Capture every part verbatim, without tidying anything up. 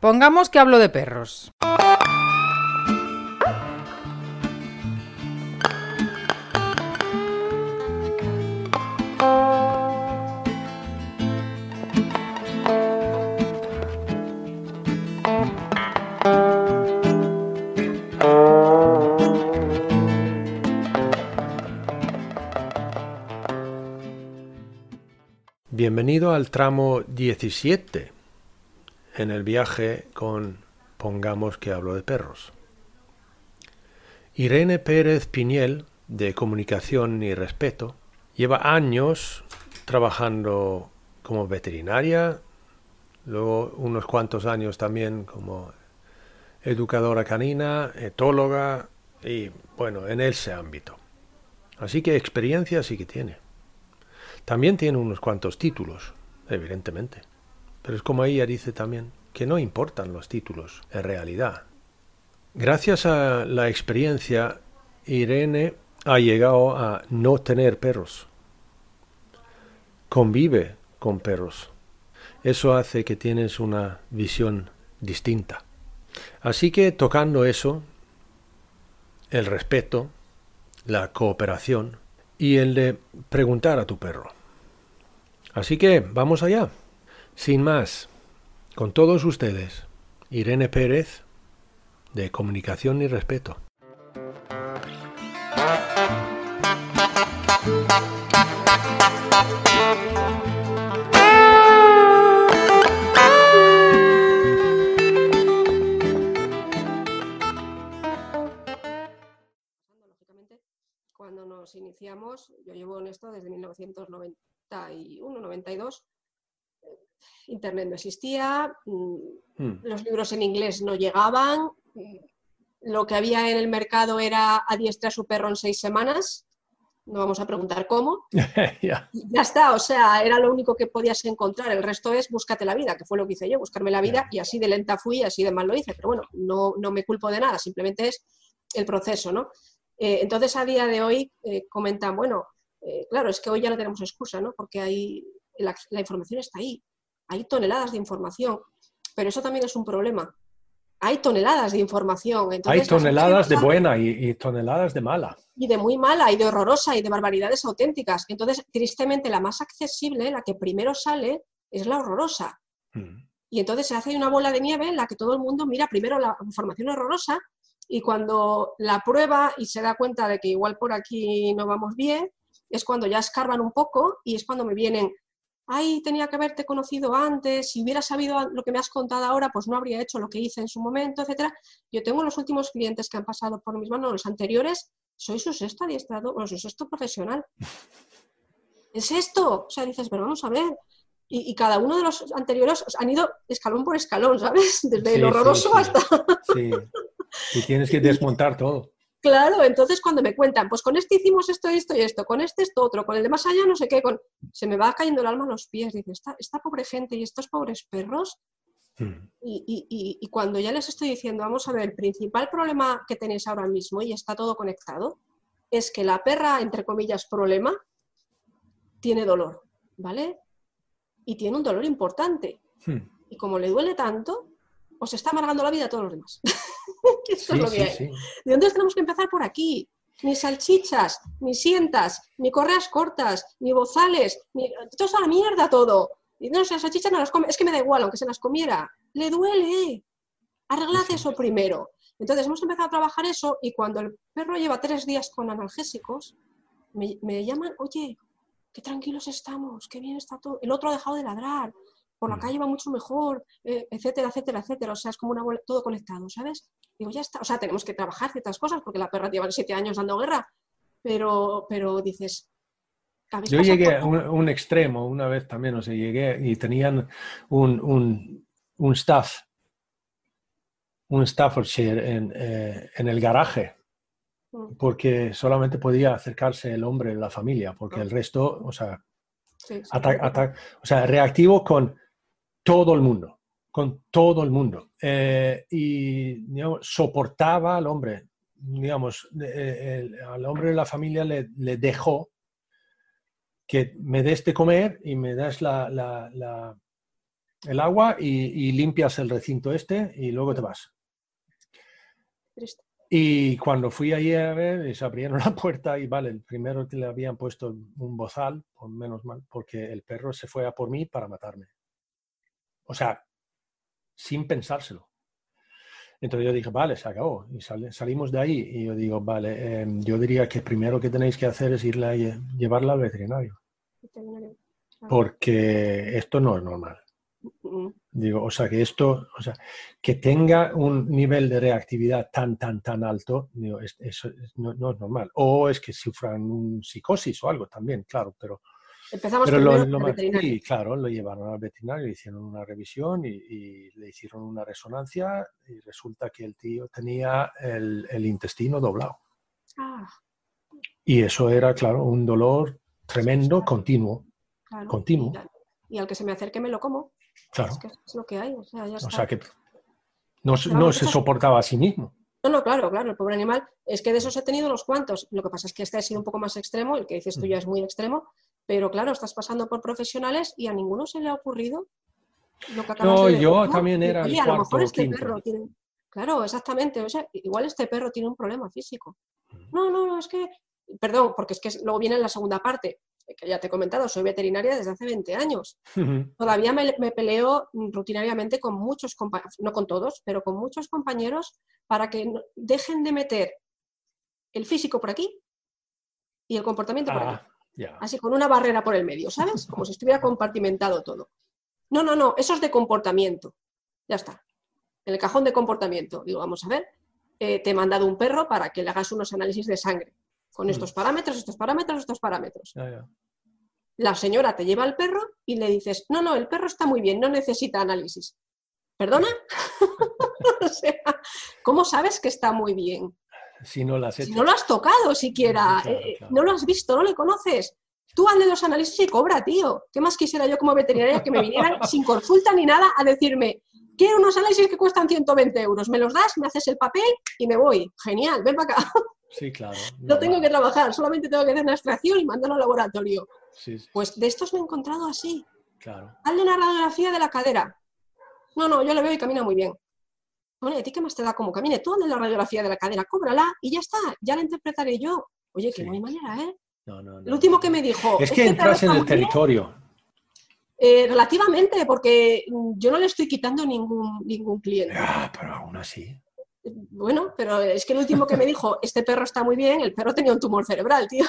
Pongamos que hablo de perros. Bienvenido al tramo diecisiete en el viaje con Pongamos que hablo de perros. Irene Pérez Piñel, de Comunicación y Respeto, lleva años trabajando como veterinaria, luego unos cuantos años también como educadora canina, etóloga y, bueno, en ese ámbito. Así que experiencia sí que tiene. También tiene unos cuantos títulos, evidentemente. Pero es como ella dice también, que no importan los títulos en realidad. Gracias a la experiencia, Irene ha llegado a no tener perros. Convive con perros. Eso hace que tienes una visión distinta. Así que tocando eso, el respeto, la cooperación y el de preguntar a tu perro. Así que vamos allá. Sin más, con todos ustedes, Irene Pérez, de Comunicación y Respeto. Cuando nos iniciamos, yo llevo en esto desde mil novecientos noventa y uno noventa y dos, Internet no existía, hmm. los libros en inglés no llegaban, lo que había en el mercado era adiestra a su perro en seis semanas, no vamos a preguntar cómo, yeah. Ya está, o sea, era lo único que podías encontrar, el resto es búscate la vida, que fue lo que hice yo, buscarme la vida, yeah. Y así de lenta fui, así de mal lo hice, pero bueno, no, no me culpo de nada, simplemente es el proceso, ¿no? Eh, entonces, a día de hoy, eh, comentan, bueno, eh, claro, es que hoy ya no tenemos excusa, ¿no? Porque hay, la, la información está ahí, hay toneladas de información, pero eso también es un problema. Hay toneladas de información. Entonces, hay toneladas de buena y, y toneladas de mala. Y de muy mala, y de horrorosa, y de barbaridades auténticas. Entonces, tristemente, la más accesible, la que primero sale, es la horrorosa. Hmm. Y entonces se hace una bola de nieve en la que todo el mundo mira primero la información horrorosa, y cuando la prueba y se da cuenta de que igual por aquí no vamos bien, es cuando ya escarban un poco y es cuando me vienen, ay, tenía que haberte conocido antes, si hubiera sabido lo que me has contado ahora, pues no habría hecho lo que hice en su momento, etcétera. Yo tengo los últimos clientes que han pasado por mis manos, los anteriores, soy su sexto adiestrador, bueno, su sexto profesional. ¿Es esto? O sea, dices, pero vamos a ver. Y, y cada uno de los anteriores han ido escalón por escalón, ¿sabes? Desde sí, el horroroso sí, sí. hasta... Sí. Y tienes que desmontar todo. Claro, entonces cuando me cuentan, pues con este hicimos esto, esto y esto, con este esto otro, con el de más allá no sé qué, con... se me va cayendo el alma a los pies, dice, esta, esta pobre gente y estos pobres perros, hmm. y, y, y, y cuando ya les estoy diciendo, vamos a ver, el principal problema que tenéis ahora mismo, y está todo conectado, es que la perra, entre comillas, problema, tiene dolor, ¿vale? Y tiene un dolor importante, hmm. y como le duele tanto, os está amargando la vida a todos los demás. Esto sí, es lo que sí, hay. Sí. ¿De dónde tenemos que empezar? Por aquí. Ni salchichas, ni sientas, ni correas cortas, ni bozales, ni... todo es a la mierda todo. Y no, si las salchichas no las come, es que me da igual, aunque se las comiera. Le duele. Arreglad sí. Eso primero. Entonces hemos empezado a trabajar eso y cuando el perro lleva tres días con analgésicos, me, me llaman, oye, qué tranquilos estamos, qué bien está todo. El otro ha dejado de ladrar. Por la calle va mucho mejor, eh, etcétera, etcétera, etcétera. O sea, es como una bola, todo conectado, ¿sabes? Digo, ya está. O sea, tenemos que trabajar ciertas cosas porque la perra lleva siete años dando guerra. Pero, pero dices... Yo llegué a un, un extremo una vez también, o sea, llegué y tenían un, un, un staff, un Staffordshire en, eh, en el garaje, porque solamente podía acercarse el hombre de la familia, porque el resto, o sea, sí, sí, ata- ata- o sea reactivo con todo el mundo, con todo el mundo. Eh, y digamos, soportaba al hombre, digamos, eh, el, al hombre de la familia le, le dejó que me des de comer y me das la, la, la, el agua y, y limpias el recinto este y luego te vas. Triste. Y cuando fui allí a ver, se abrieron la puerta y vale, el primero que le habían puesto un bozal, por menos mal, porque el perro se fue a por mí para matarme. O sea, sin pensárselo. Entonces yo dije, vale, se acabó. Y sal, salimos de ahí y yo digo, vale, eh, yo diría que primero que tenéis que hacer es irla a llevarla al veterinario. Veterinario. Claro. Porque esto no es normal. Mm. Digo, o sea, que esto, o sea, que tenga un nivel de reactividad tan, tan, tan alto, digo, es, eso es, no, no es normal. O es que sufran un psicosis o algo también, claro, pero... Empezamos pero primero lo, con lo el más, veterinario. sí, claro, lo llevaron al veterinario, le hicieron una revisión y, y le hicieron una resonancia y resulta que el tío tenía el, el intestino doblado. Ah, Y eso era, claro, un dolor tremendo, claro, continuo, claro. continuo, Y, al- y al que se me acerque me lo como. claro. Es que es lo que hay, o sea, ya O está. sea, que no, Pero no vamos, se estas- soportaba a sí mismo. No, no, claro, claro, el pobre animal. Es que de esos he tenido unos cuantos. Lo que pasa es que este ha sido un poco más extremo, el que dices tú ya es muy extremo, pero claro, estás pasando por profesionales y a ninguno se le ha ocurrido lo que acabas No, de decir, yo ¿no? también era el Oye, a lo mejor cuarto o este quinto. perro tiene... Claro, exactamente. O sea, igual este perro tiene un problema físico. No, no, no, es que... Perdón, porque es que luego viene la segunda parte, que ya te he comentado, soy veterinaria desde hace veinte años. Todavía me, me peleo rutinariamente con muchos compañeros, no con todos, pero con muchos compañeros para que no, dejen de meter el físico por aquí y el comportamiento por aquí. Ah, ya. Así, con una barrera por el medio, ¿sabes? Como si estuviera compartimentado todo. No, no, no, eso es de comportamiento. Ya está. En el cajón de comportamiento. Digo, vamos a ver, eh, te he mandado un perro para que le hagas unos análisis de sangre. Con estos parámetros, estos parámetros, estos parámetros. Ya, ya. La señora te lleva al perro y le dices, no, no, el perro está muy bien, no necesita análisis. ¿Perdona? O sea, ¿cómo sabes que está muy bien? Si no las Si hecho. no lo has tocado siquiera, Claro, eh, claro. no lo has visto, no le conoces. Tú hazle los análisis y cobra, tío. ¿Qué más quisiera yo como veterinaria que me vinieran sin consulta ni nada a decirme, quiero unos análisis que cuestan ciento veinte euros, me los das, me haces el papel y me voy. Genial, ven para acá. Sí, claro. No tengo normal. que trabajar, solamente tengo que hacer una extracción y mandarlo al laboratorio. Sí, sí, Pues de estos me he encontrado así. claro. Hazle una radiografía de la cadera. No, no, yo le veo y camina muy bien. Bueno, ¿y a ti qué más te da como camine? Tú hazle la radiografía de la cadera, cóbrala y ya está, ya la interpretaré yo. Oye, que Sí. no hay manera, ¿eh? No, no, no, El último no, que no. me dijo... Es que "Este perro entras en está el muy bien", territorio. eh, relativamente, porque yo no le estoy quitando ningún, ningún cliente. Ah, pero aún así. Bueno, pero es que el último que me dijo, este perro está muy bien, el perro tenía un tumor cerebral, tío.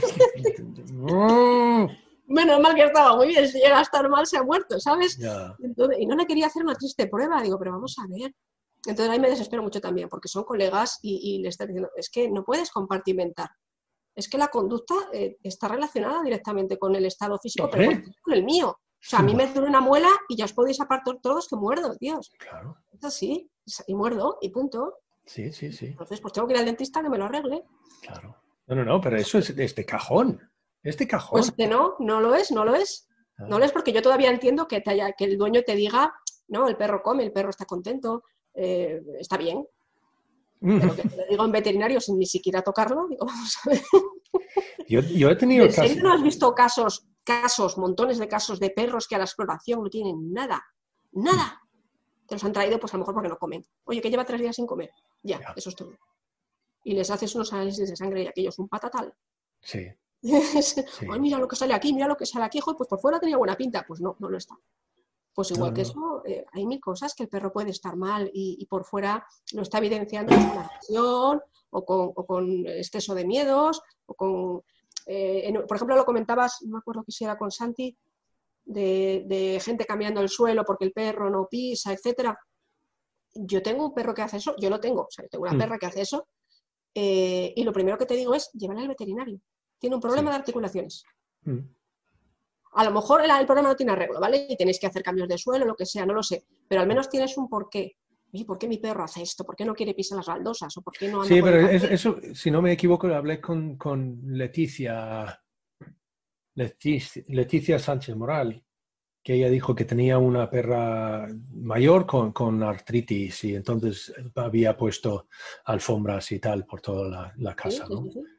Mm, Menos mal que estaba muy bien, si llega a estar mal se ha muerto, ¿sabes? ya. Entonces, y no le quería hacer una triste prueba, digo, pero vamos a ver. Entonces ahí me desespero mucho también, porque son colegas y, y le están diciendo, es que no puedes compartimentar. Es que la conducta eh, está relacionada directamente con el estado físico, pero Hombre. con, con el mío. O sea, a mí me duele una muela y ya os podéis apartar todos que muerdo, tíos. Claro. Es así, y muerdo y punto. Sí, sí, sí. Entonces, pues tengo que ir al dentista que me lo arregle. Claro. No, no, no, pero eso es este cajón. Este cajón. Pues que no, no lo es, no lo es. Ah. No lo es porque yo todavía entiendo que, te haya, que el dueño te diga, no, el perro come, el perro está contento, eh, está bien. Pero que te lo digo en veterinario sin ni siquiera tocarlo, digo, vamos a ver. Yo, yo he tenido ¿En casi... serio no has visto casos, casos, montones de casos de perros que a la exploración no tienen nada? Nada. Te los han traído, pues a lo mejor porque no comen. Oye, que lleva tres días sin comer. Ya, Ya. eso es todo. Y les haces unos análisis de sangre y aquello es un patatal. Sí. Ay, mira lo que sale aquí, mira lo que sale aquí, joder, pues por fuera tenía buena pinta. Pues no, no lo está. Pues igual No, que no. eso, eh, hay mil cosas que el perro puede estar mal y, y por fuera lo está evidenciando con agresión o con, o con exceso de miedos o con... eh, en- por ejemplo, lo comentabas, no me acuerdo si era con Santi, de, de gente cambiando el suelo porque el perro no pisa, etcétera. Yo tengo un perro que hace eso, yo lo tengo, o sea, yo tengo una Mm. perra que hace eso, eh, y lo primero que te digo es, llévala al veterinario. Tiene un problema Sí. de articulaciones. Mm. A lo mejor el, el problema no tiene arreglo, ¿vale? Y tenéis que hacer cambios de suelo, lo que sea, no lo sé. Pero al menos tienes un porqué. Oye, ¿por qué mi perro hace esto? ¿Por qué no quiere pisar las baldosas? ¿O por qué no anda Sí, por pero el es- carril? eso, si no me equivoco, lo hablé con, con Leticia, Leticia, Leticia Sánchez Moral, que ella dijo que tenía una perra mayor con, con artritis y entonces había puesto alfombras y tal por toda la, la Sí, casa, sí, ¿no? sí, sí.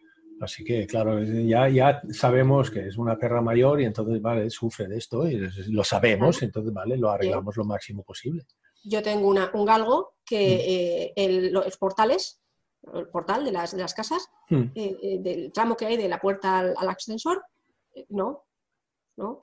Así que, claro, ya, ya sabemos que es una perra mayor y entonces, vale, sufre de esto y lo sabemos, Claro. entonces, vale, lo arreglamos Sí. lo máximo posible. Yo tengo una, un galgo que Mm. eh, el, los portales, el portal de las, de las casas, Mm. eh, eh, del tramo que hay de la puerta al, al ascensor, eh, no, no.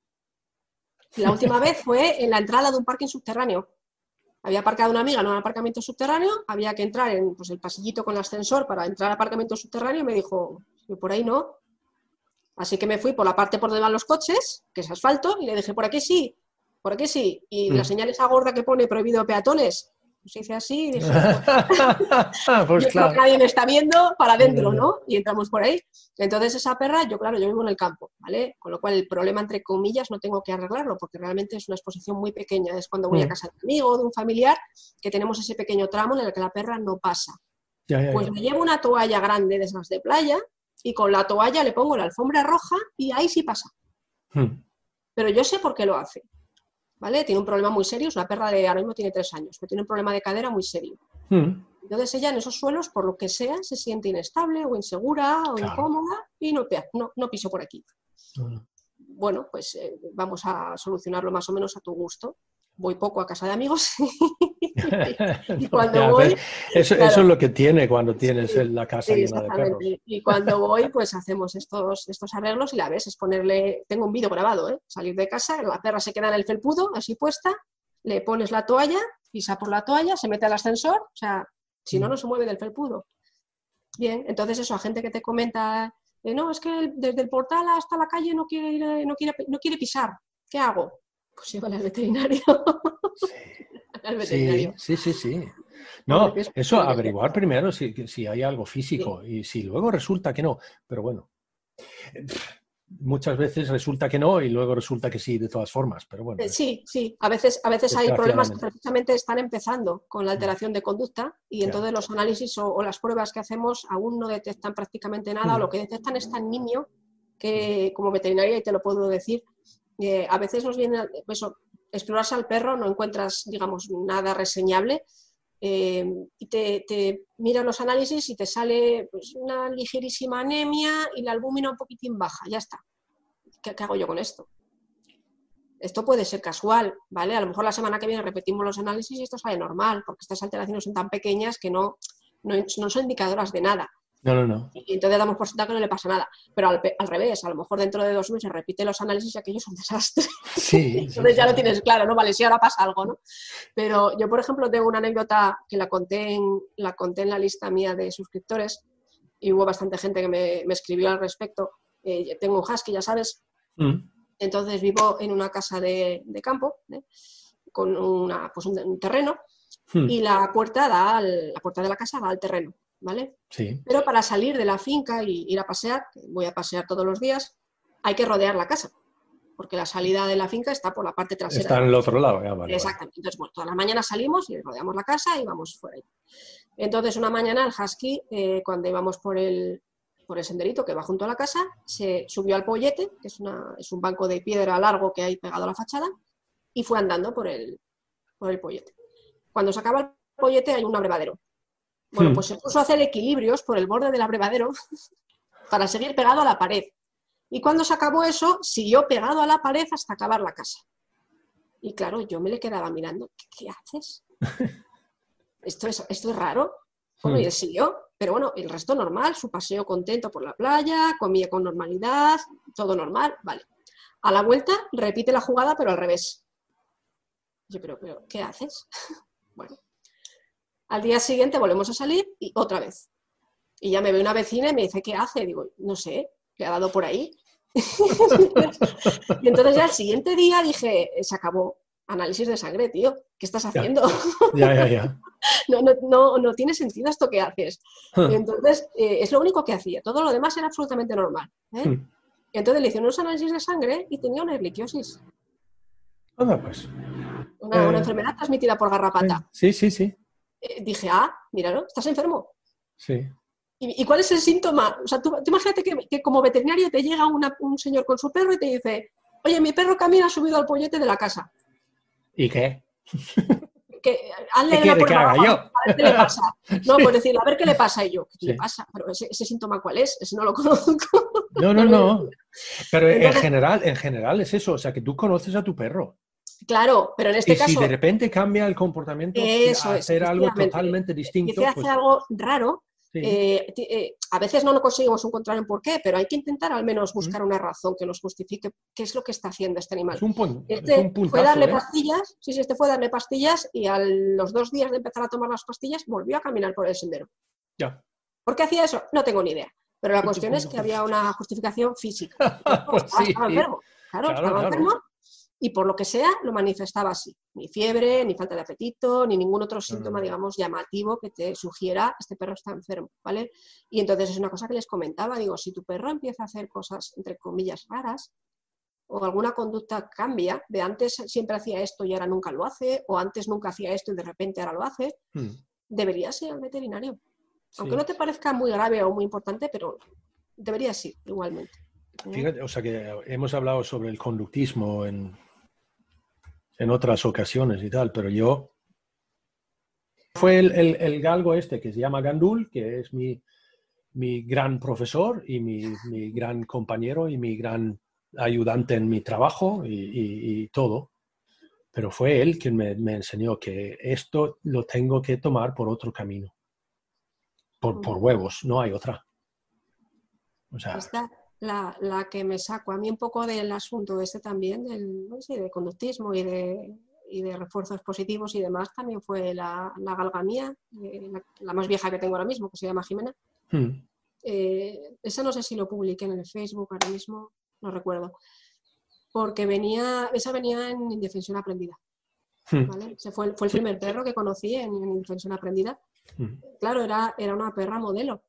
La última vez fue en la entrada de un parking subterráneo. Había aparcado una amiga en un aparcamiento subterráneo, había que entrar en pues, el pasillito con el ascensor para entrar al aparcamiento subterráneo y me dijo, por ahí no. Así que me fui por la parte por donde van los coches, que es asfalto, y le dije, por aquí sí, por aquí sí. Y Mm. la señal esa gorda que pone prohibido peatones, se dice así, y dije, pues yo claro. creo que nadie me está viendo, para adentro, No, no, ¿no? Y entramos por ahí. Entonces esa perra, yo claro, yo vivo en el campo, ¿vale? Con lo cual el problema, entre comillas, no tengo que arreglarlo, porque realmente es una exposición muy pequeña. Es cuando voy Mm. a casa de un amigo o de un familiar, que tenemos ese pequeño tramo en el que la perra no pasa. Ya, ya, Pues ya. me llevo una toalla grande de esas de playa y con la toalla le pongo la alfombra roja y ahí sí pasa. Mm. Pero yo sé por qué lo hace, ¿vale? Tiene un problema muy serio, es una perra de, ahora mismo tiene tres años, pero tiene un problema de cadera muy serio. Mm. Entonces ella en esos suelos, por lo que sea, se siente inestable o insegura o Claro. incómoda y no, no, no piso por aquí. No, no. Bueno, pues eh, vamos a solucionarlo más o menos a tu gusto. Voy poco a casa de amigos y cuando Ya, voy... ves, Eso, claro, eso es lo que tiene cuando tienes sí, la casa sí, llena de perros. exactamente. Y cuando voy, pues hacemos estos, estos arreglos y la ves, es ponerle... Tengo un vídeo grabado, ¿eh? Salir de casa, la perra se queda en el felpudo, así puesta, le pones la toalla, pisa por la toalla, se mete al ascensor, o sea, si no, no se mueve del felpudo. Bien, entonces eso, a gente que te comenta, eh, no, es que desde el portal hasta la calle no quiere, ir, no quiere, no quiere pisar, ¿qué hago? Pues llévale al veterinario. Sí. al veterinario. Sí, sí, sí, sí. No, Porque es eso, posible. averiguar primero si, si hay algo físico Sí. y si luego resulta que no, pero bueno, muchas veces resulta que no y luego resulta que sí de todas formas, pero bueno. Eh, sí, sí, a veces, a veces hay problemas que Desgraciadamente. precisamente están empezando con la alteración de conducta y Ya. entonces los análisis o, o las pruebas que hacemos aún no detectan prácticamente nada, o Mm. lo que detectan es tan nimio que como veterinaria, y te lo puedo decir, eh, a veces nos viene eso, explorarse al perro, no encuentras, digamos, nada reseñable, eh, y te, te miras los análisis y te sale pues, una ligerísima anemia y la albúmina un poquitín baja, ya está. ¿Qué, qué hago yo con esto? Esto puede ser casual, ¿vale? A lo mejor la semana que viene repetimos los análisis y esto sale normal, porque estas alteraciones son tan pequeñas que no, no, no son indicadoras de nada. No, no, no. Y entonces damos por sentado que no le pasa nada. Pero al, al revés, a lo mejor dentro de dos meses repite los análisis y aquello es un desastre. Sí. Entonces sí, ya sí. lo tienes claro, ¿no? Vale, si ahora pasa algo, ¿no? Pero yo, por ejemplo, tengo una anécdota que la conté en la, conté en la lista mía de suscriptores y hubo bastante gente que me, me escribió al respecto. Eh, tengo un husky, ya sabes. Mm. Entonces vivo en una casa de, de campo, ¿eh? Con una, pues un, un terreno, Mm. y la puerta, da al, la puerta de la casa va al terreno, ¿vale? Sí. Pero para salir de la finca y ir a pasear, que voy a pasear todos los días, hay que rodear la casa, porque la salida de la finca está por la parte trasera. Está en el otro lado. Ya, vale, Exactamente. Entonces, bueno, todas las mañanas salimos y rodeamos la casa y vamos fuera. Entonces, una mañana el husky, eh, cuando íbamos por el, por el senderito que va junto a la casa, se subió al pollete, que es, una, es un banco de piedra largo que hay pegado a la fachada, y fue andando por el, por el pollete. Cuando se acaba el pollete hay un abrevadero. Bueno, Hmm. pues se puso a hacer equilibrios por el borde del abrevadero para seguir pegado a la pared. Y cuando se acabó eso, siguió pegado a la pared hasta acabar la casa. Y claro, yo me le quedaba mirando, ¿qué, qué haces? ¿Esto es, esto es raro? Bueno, y él siguió, pero bueno, el resto normal, su paseo contento por la playa, comía con normalidad, todo normal, vale. A la vuelta repite la jugada, pero al revés. Yo, pero, pero ¿qué haces? Bueno, al día siguiente volvemos a salir y otra vez. Y ya me ve una vecina y me dice, ¿qué hace? Digo, no sé, ¿le ha dado por ahí? Y entonces ya el siguiente día dije, se acabó, análisis de sangre, tío, ¿qué estás haciendo? Ya, ya, ya. No, no, no, no tiene sentido esto que haces. Entonces, eh, es lo único que hacía. Todo lo demás era absolutamente normal, ¿eh? Hmm. Y entonces le hicieron unos análisis de sangre y tenía una erliquiosis. Anda, pues. Una, Eh, una enfermedad transmitida por garrapata. Sí, sí, sí. Eh, dije, ah, míralo, estás enfermo. Sí. ¿Y, y cuál es el síntoma? O sea, tú, tú imagínate que, que como veterinario te llega una, un señor con su perro y te dice, oye, mi perro camina subido al pollete de la casa. ¿Y qué? Que, hazle ¿Qué la quiere que puerta haga abajo yo? a ver qué le pasa. No, Sí. pues decirle, a ver qué le pasa. Y yo, ¿qué Sí. le pasa? Pero ese, ese síntoma, ¿cuál es? Ese no lo conozco. No, no, no. Pero en Entonces, general, en general es eso. O sea, que tú conoces a tu perro. claro, pero en este Y si de caso, repente cambia el comportamiento eso a es, hacer algo efectivamente. totalmente distinto, Dice hace pues algo raro. sí. Eh, eh, a veces no lo conseguimos encontrar en por qué, pero hay que intentar al menos buscar Mm. una razón que nos justifique qué es lo que está haciendo este animal. Es un, pun- es Este un fue puntazo, darle ¿eh? pastillas, sí, sí, este fue darle pastillas y a los dos días de empezar a tomar las pastillas volvió a caminar por el sendero. Ya. ¿Por qué hacía eso? No tengo ni idea. Pero la Pues, cuestión es que había una justificación física. pues Estaba, sí. estaba enfermo. Claro, Claro, estaba claro. enfermo y por lo que sea lo manifestaba así. Ni fiebre, ni falta de apetito, ni ningún otro síntoma, no. digamos, llamativo que te sugiera este perro está enfermo, ¿vale? Y entonces es una cosa que les comentaba, digo, si tu perro empieza a hacer cosas, entre comillas, raras, o alguna conducta cambia, de antes siempre hacía esto y ahora nunca lo hace, o antes nunca hacía esto y de repente ahora lo hace, Mm. deberías ir al veterinario. Sí. Aunque no te parezca muy grave o muy importante, pero deberías ir igualmente. ¿eh? Fíjate, o sea que hemos hablado sobre el conductismo en, en otras ocasiones y tal, pero yo... Fue el, el, el galgo este que se llama Gandul, que es mi, mi gran profesor y mi, mi gran compañero y mi gran ayudante en mi trabajo y, y, y todo. Pero fue él quien me, me enseñó que esto lo tengo que tomar por otro camino. Por, por huevos, no hay otra. O sea, Esta, la, la que me saco a mí un poco del asunto este también, del, no sé, de conductismo y de, y de refuerzos positivos y demás, también fue la, la galga mía, eh, la, la más vieja que tengo ahora mismo, que se llama Jimena. hmm. Eh, esa no sé si lo publiqué en el Facebook ahora mismo, no recuerdo. Porque venía, esa venía en Indefensión Aprendida. Hmm. ¿Vale? Ese fue, el, fue el primer perro que conocí en, en Indefensión Aprendida. Hmm. Claro, era, era una perra modelo.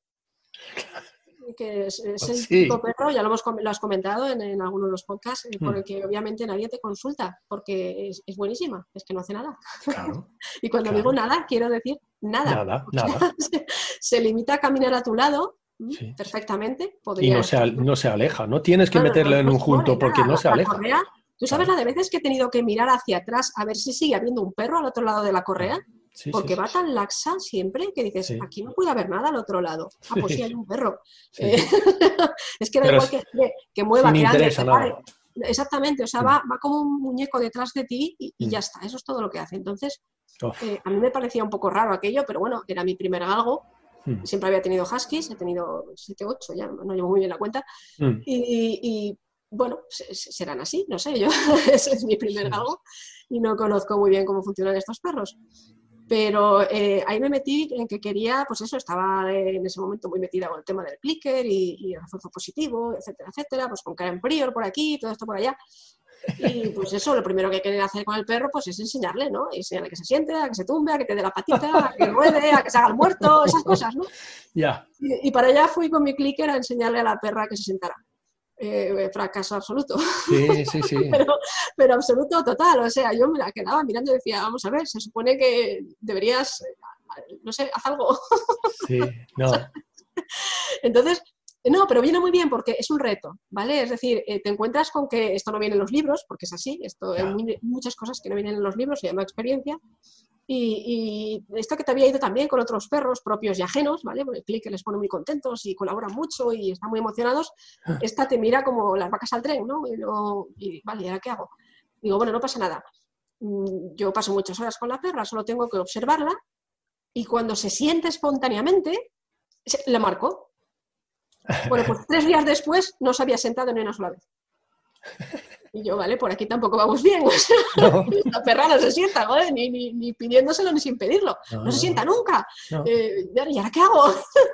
Que es, es el Sí. típico perro, ya lo, hemos, lo has comentado en, en algunos de los podcasts, eh, por Hmm. el que obviamente nadie te consulta, porque es, es buenísima, es que no hace nada. Claro. Y cuando Claro. digo nada, quiero decir nada. Nada, O sea, nada. se, se limita a caminar a tu lado Sí. perfectamente. Y Podría no se, estar- al- no se aleja. No tienes que No, no, meterlo no, en no un se mueve junto porque nada. no La- se la aleja. correa, ¿tú sabes Claro. la de veces que he tenido que mirar hacia atrás a ver si sigue habiendo un perro al otro lado de la correa? Sí, Porque sí. va tan laxa siempre que dices, Sí. aquí no puede haber nada al otro lado. Ah, pues sí, hay un perro. Sí. Eh, es que da Pero igual que, que, que mueva, sin que ande, interés que a pare. nada. Exactamente, o sea, Mm. va, va como un muñeco detrás de ti y, y Mm. ya está. Eso es todo lo que hace. Entonces, Uf. eh, a mí me parecía un poco raro aquello, pero bueno, era mi primer galgo. Mm. Siempre había tenido huskies, he tenido siete, ocho, ya no llevo muy bien la cuenta. Mm. Y, y, bueno, se- se- serán así, no sé, yo ese es mi primer Sí. galgo y no conozco muy bien cómo funcionan estos perros. Pero eh, ahí me metí en que quería, pues eso, estaba en ese momento muy metida con el tema del clicker y, y el refuerzo positivo, etcétera, etcétera, pues con Karen Prior por aquí, todo esto por allá. Y pues eso, lo primero que quería hacer con el perro pues es enseñarle, ¿no? Enseñarle a que se siente, a que se tumbe, a que te dé la patita, a que ruede, a que se haga el muerto, esas cosas, ¿no? Ya. Y, y para allá fui con mi clicker a enseñarle a la perra que se sentara. Eh, fracaso absoluto. Sí, sí, sí. pero, pero absoluto total. O sea, yo me la quedaba mirando y decía, vamos a ver, se supone que deberías, no sé, haz algo. Sí, no. Entonces, no, pero viene muy bien porque es un reto, ¿vale? Es decir, eh, te encuentras con que esto no viene en los libros, porque es así, esto Ya. hay muy- muchas cosas que no vienen en los libros, se llama experiencia. Y, y esto que te había ido también con otros perros propios y ajenos, ¿vale? Porque el clicker les pone muy contentos y colaboran mucho y están muy emocionados. Esta te mira como las vacas al tren, ¿no? Y, no- y, vale, ¿y ahora qué hago? Digo, bueno, no pasa nada. Mm, Yo paso muchas horas con la perra, solo tengo que observarla y cuando se siente espontáneamente, se- la marco. Bueno, pues tres días después no se había sentado ni una sola vez. Y yo, vale, por aquí tampoco vamos bien. O sea, No. la perra no se sienta, joder, ni, ni, ni pidiéndoselo ni sin pedirlo. No, No, no, se sienta no. nunca. No. Eh, ¿Y ahora qué hago?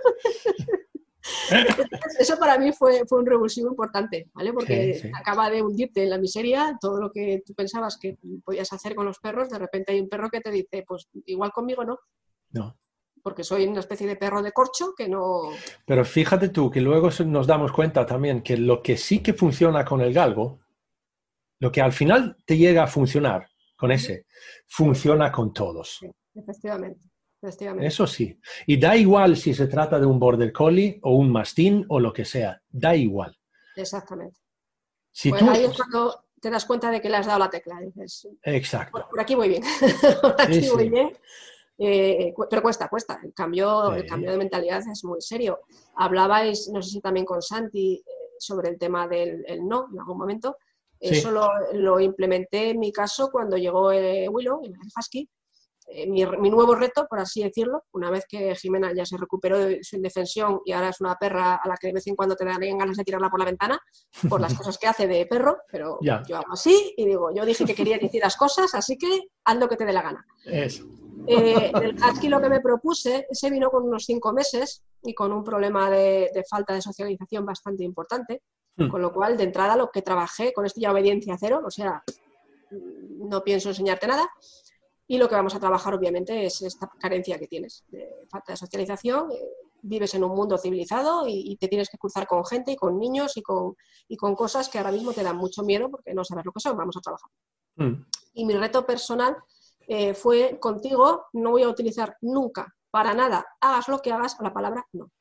Entonces, eso para mí fue, fue un revulsivo importante, ¿vale? Porque Sí, sí. acaba de hundirte en la miseria, todo lo que tú pensabas que podías hacer con los perros, de repente hay un perro que te dice, pues igual conmigo no, No. porque soy una especie de perro de corcho que no... Pero fíjate tú que luego nos damos cuenta también que lo que sí que funciona con el galgo, lo que al final te llega a funcionar con ese, funciona con todos. Sí, efectivamente, efectivamente. Eso sí. Y da igual si se trata de un border collie o un mastín o lo que sea. Da igual. Exactamente. Si Pues tú... ahí es cuando te das cuenta de que le has dado la tecla. Dices, Exacto. por, por aquí voy bien. por aquí Sí, voy sí. bien. Eh, pero cuesta, cuesta. El cambio, Sí. el cambio de mentalidad es muy serio. Hablabais, no sé si también con Santi, eh, sobre el tema del el no en algún momento. Sí. Eso lo, lo implementé en mi caso cuando llegó eh, Willow, el husky. Eh, mi, mi nuevo reto, por así decirlo, una vez que Jimena ya se recuperó de su indefensión y ahora es una perra a la que de vez en cuando te darían ganas de tirarla por la ventana por las cosas que hace de perro, pero Ya. yo hago así y digo, yo dije que quería decir las cosas, así que haz lo que te dé la gana. Eso. Eh, del husky lo que me propuse, ese vino con unos cinco meses y con un problema de, de falta de socialización bastante importante, Hmm. con lo cual de entrada lo que trabajé con esto ya obediencia cero, o sea, no pienso enseñarte nada. Y lo que vamos a trabajar, obviamente, es esta carencia que tienes de falta de socialización. Eh, vives en un mundo civilizado y, y te tienes que cruzar con gente y con niños y con, y con cosas que ahora mismo te dan mucho miedo porque no sabes lo que son. Vamos a trabajar. Mm. Y mi reto personal eh, fue contigo, no voy a utilizar nunca, para nada, hagas lo que hagas, la palabra no.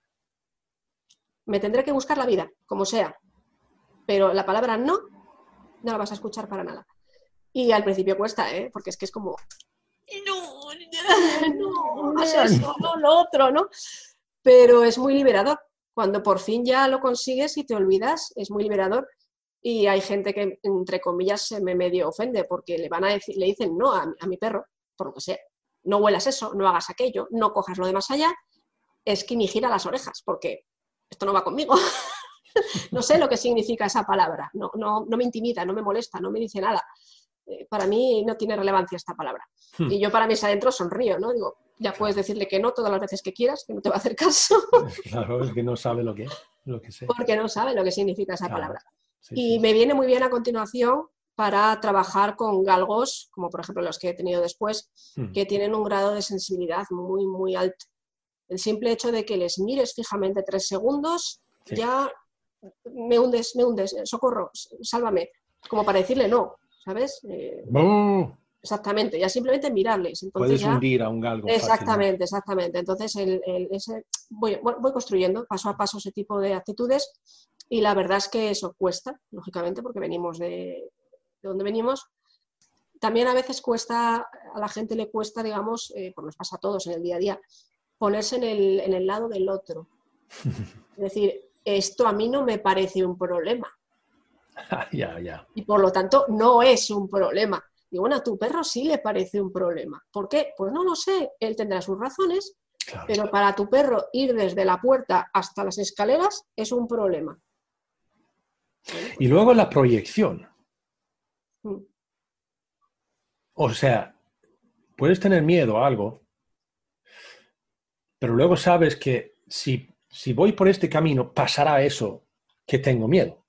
Me tendré que buscar la vida, como sea, pero la palabra no, no la vas a escuchar para nada. Y al principio cuesta, ¿eh? Porque es que es como... No, no, no, eso, no, lo otro, ¿no? Pero es muy liberador. Cuando por fin ya lo consigues y te olvidas, es muy liberador. Y hay gente que, entre comillas, se me medio ofende porque le van a decir, le dicen no a, a mi perro, por lo que sea. No huelas eso, no hagas aquello, no cojas lo de más allá. Es que ni gira las orejas, porque esto no va conmigo. No sé lo que significa esa palabra. No, no, no me intimida, no me molesta, no me dice nada. Para mí no tiene relevancia esta palabra. Hmm. Y yo para mis adentros sonrío, ¿no? Digo, ya puedes decirle que no todas las veces que quieras, que no te va a hacer caso. Claro, es que no sabe lo que es, lo que sé. Porque no sabe lo que significa esa claro. palabra. Sí, y sí. me viene muy bien a continuación para trabajar con galgos, como por ejemplo los que he tenido después, hmm. que tienen un grado de sensibilidad muy, muy alto. El simple hecho de que les mires fijamente tres segundos, sí. ya me hundes, me hundes, socorro, sálvame, como para decirle no. ¿Sabes? Eh, ¡Oh! Exactamente, ya simplemente mirarles. Entonces Puedes ya, hundir a un galgo. Exactamente, fácilmente. exactamente. Entonces el, el, ese, voy, voy construyendo paso a paso ese tipo de actitudes y la verdad es que eso cuesta, lógicamente, porque venimos de, de donde venimos. También a veces cuesta, a la gente le cuesta, digamos, eh, pues nos pasa a todos en el día a día, ponerse en el, en el lado del otro. Es decir, esto a mí no me parece un problema. Ya, ya. Y por lo tanto no es un problema. Y bueno, a tu perro sí le parece un problema. ¿Por qué? Pues no lo sé, él tendrá sus razones, claro, pero claro. Para tu perro ir desde la puerta hasta las escaleras es un problema. Bueno, pues, y luego la proyección. Mm. O sea, puedes tener miedo a algo, pero luego sabes que si, si voy por este camino pasará eso que tengo miedo.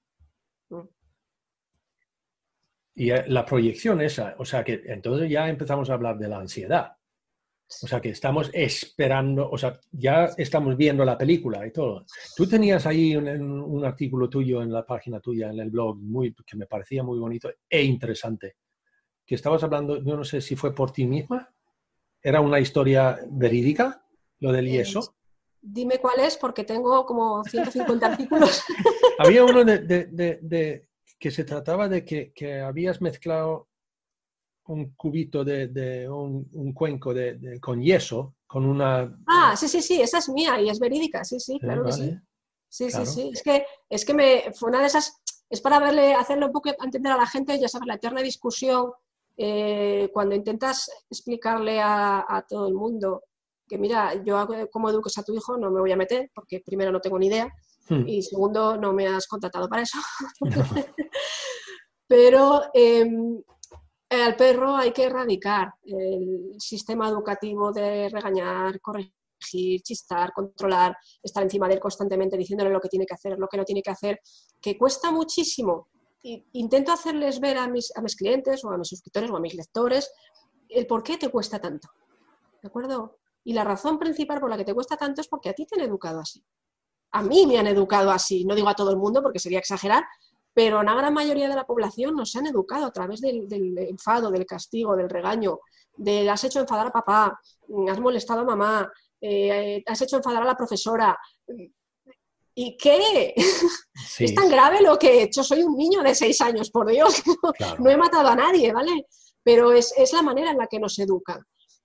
Y la proyección esa, o sea que entonces ya empezamos a hablar de la ansiedad. O sea que estamos esperando, o sea, ya estamos viendo la película y todo. Tú tenías ahí un, un artículo tuyo en la página tuya, en el blog, muy, que me parecía muy bonito e interesante. Que estabas hablando, yo no sé si fue por ti misma, ¿era una historia verídica, lo del yeso? Eh, dime cuál es, porque tengo como ciento cincuenta artículos. Había uno de... de, de, de que se trataba de que, que habías mezclado un cubito de, de un, un cuenco de, de, con yeso, con una... Ah, sí, sí, sí, esa es mía y es verídica, sí, sí, claro eh, que vale. sí. Sí, claro. sí, sí, es que, es que me, fue una de esas, es para verle, hacerle un poco entender a la gente, ya sabes, la eterna discusión, eh, cuando intentas explicarle a, a todo el mundo que mira, yo como eduques a tu hijo no me voy a meter, porque primero no tengo ni idea, Hmm. y segundo, no me has contratado para eso. No. Pero eh, al perro hay que erradicar el sistema educativo de regañar, corregir, chistar, controlar, estar encima de él constantemente diciéndole lo que tiene que hacer, lo que no tiene que hacer, que cuesta muchísimo. Y intento hacerles ver a mis, a mis clientes o a mis suscriptores o a mis lectores el por qué te cuesta tanto. ¿De acuerdo? Y la razón principal por la que te cuesta tanto es porque a ti te han educado así. A mí me han educado así, no digo a todo el mundo porque sería exagerar, pero a una gran mayoría de la población nos han educado a través del, del enfado, del castigo, del regaño, de has hecho enfadar a papá, has molestado a mamá, eh, has hecho enfadar a la profesora. ¿Y qué? Sí. Es tan grave lo que he hecho, soy un niño de seis años, por Dios, claro. No he matado a nadie, ¿vale? Pero es, es la manera en la que nos educan.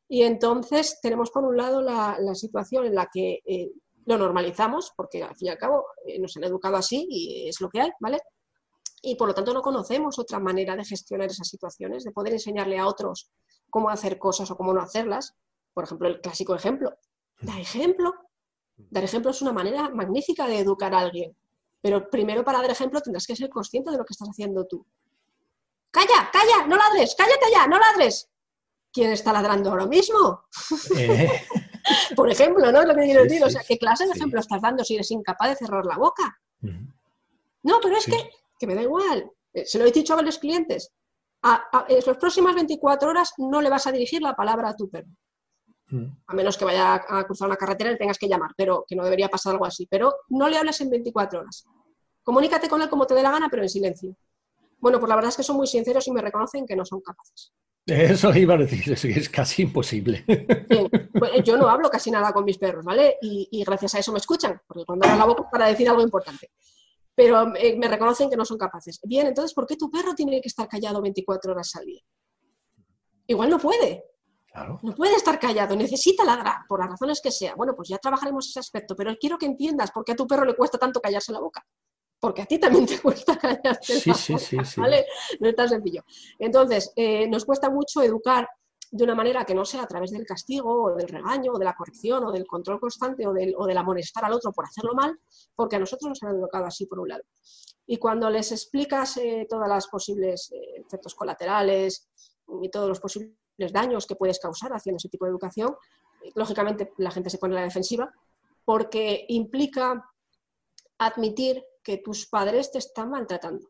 Y entonces tenemos por un lado la, la situación en la que eh, lo normalizamos, porque al fin y al cabo eh, nos han educado así y es lo que hay, ¿vale? Y por lo tanto no conocemos otra manera de gestionar esas situaciones, de poder enseñarle a otros cómo hacer cosas o cómo no hacerlas. Por ejemplo, el clásico ejemplo. Dar ejemplo. Dar ejemplo es una manera magnífica de educar a alguien. Pero primero para dar ejemplo tendrás que ser consciente de lo que estás haciendo tú. ¡Calla, calla! ¡No ladres! ¡Cállate ya! ¡No ladres! ¿Quién está ladrando ahora mismo? Eh. Por ejemplo, ¿no? Es lo que quiero Sí, decir. sí, O sea, ¿qué clase de sí. ejemplo estás dando si eres incapaz de cerrar la boca? Uh-huh. No, pero es Sí. que, que me da igual. Eh, Se lo he dicho a los clientes. A, a, en las próximas veinticuatro horas no le vas a dirigir la palabra a tu perro. Uh-huh. A menos que vaya a, a cruzar una carretera y le tengas que llamar, pero que no debería pasar algo así. Pero no le hables en veinticuatro horas. Comunícate con él como te dé la gana, pero en silencio. Bueno, pues la verdad es que son muy sinceros y me reconocen que no son capaces. Eso iba a decir, es, es casi imposible. Bien, pues yo no hablo casi nada con mis perros, ¿vale? Y, y gracias a eso me escuchan, porque cuando abro la boca es para decir algo importante. Pero eh, me reconocen que no son capaces. Bien, entonces, ¿por qué tu perro tiene que estar callado veinticuatro horas al día? Igual no puede. Claro. No puede estar callado, necesita ladrar, por las razones que sea. Bueno, pues ya trabajaremos ese aspecto, pero quiero que entiendas por qué a tu perro le cuesta tanto callarse la boca. Porque a ti también te cuesta callarte Sí, la sí, boca, sí, sí. ¿vale? No es tan sencillo. Entonces, eh, nos cuesta mucho educar de una manera que no sea a través del castigo, o del regaño, o de la corrección, o del control constante, o del, o del amonestar al otro por hacerlo mal, porque a nosotros nos han educado así, por un lado. Y cuando les explicas eh, todas las posibles eh, efectos colaterales y todos los posibles daños que puedes causar haciendo ese tipo de educación, eh, lógicamente la gente se pone a la defensiva, porque implica admitir que tus padres te están maltratando.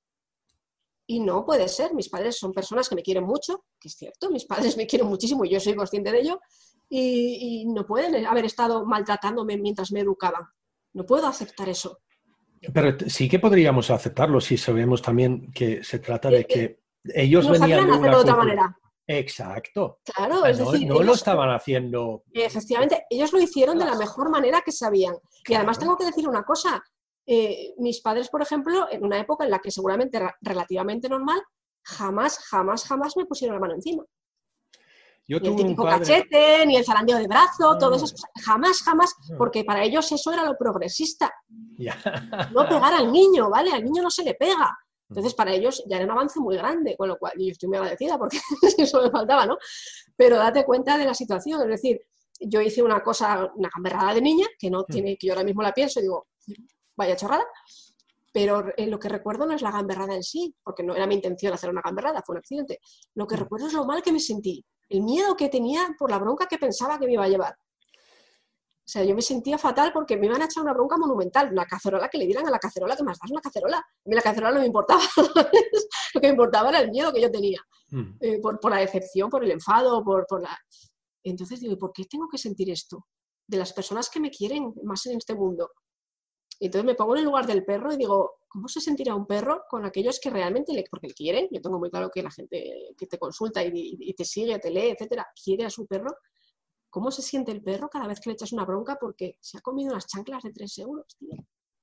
Y no puede ser, mis padres son personas que me quieren mucho, que es cierto, mis padres me quieren muchísimo y yo soy consciente de ello, y, y no pueden haber estado maltratándome mientras me educaban. No puedo aceptar eso. Pero sí que podríamos aceptarlo si sabemos también que se trata de que ellos Nos venían hacían de hacerlo una de otra cultura. manera. Exacto. Claro, O sea, es no, decir, no ellos, lo estaban haciendo. Efectivamente, ellos lo hicieron de la mejor manera que sabían. Y Claro. además tengo que decir una cosa. Eh, mis padres, por ejemplo, en una época en la que seguramente era relativamente normal, jamás, jamás, jamás me pusieron la mano encima. Yo Ni el tuve un típico padre. cachete, ni el zarandeo de brazo, No, todas esas cosas. Jamás, jamás, no. porque para ellos eso era lo progresista. Ya. No pegar al niño, ¿vale? Al niño no se le pega. Entonces, para ellos ya era un avance muy grande, con lo cual yo estoy muy agradecida porque eso me faltaba, ¿no? Pero date cuenta de la situación, es decir, yo hice una cosa, una gamberrada de niña, que no tiene, que yo ahora mismo la pienso y digo, vaya chorrada, pero eh, lo que recuerdo no es la gamberrada en sí, porque no era mi intención hacer una gamberrada, fue un accidente. Lo que recuerdo es lo mal que me sentí, el miedo que tenía por la bronca que pensaba que me iba a llevar. O sea, yo me sentía fatal porque me iban a echar una bronca monumental, una cacerola que le dieran a la cacerola, que más das una cacerola. A mí la cacerola no me importaba, ¿sabes? Lo que me importaba era el miedo que yo tenía, Mm. eh, por, por la decepción, por el enfado, por, por la... Entonces digo, ¿por qué tengo que sentir esto? De las personas que me quieren más en este mundo. Y entonces me pongo en el lugar del perro y digo, ¿cómo se sentirá un perro con aquellos que realmente le, porque le quieren? Yo tengo muy claro que la gente que te consulta y, y, y te sigue, te lee, etcétera, quiere a su perro. ¿Cómo se siente el perro cada vez que le echas una bronca porque se ha comido unas chanclas de tres euros, tío?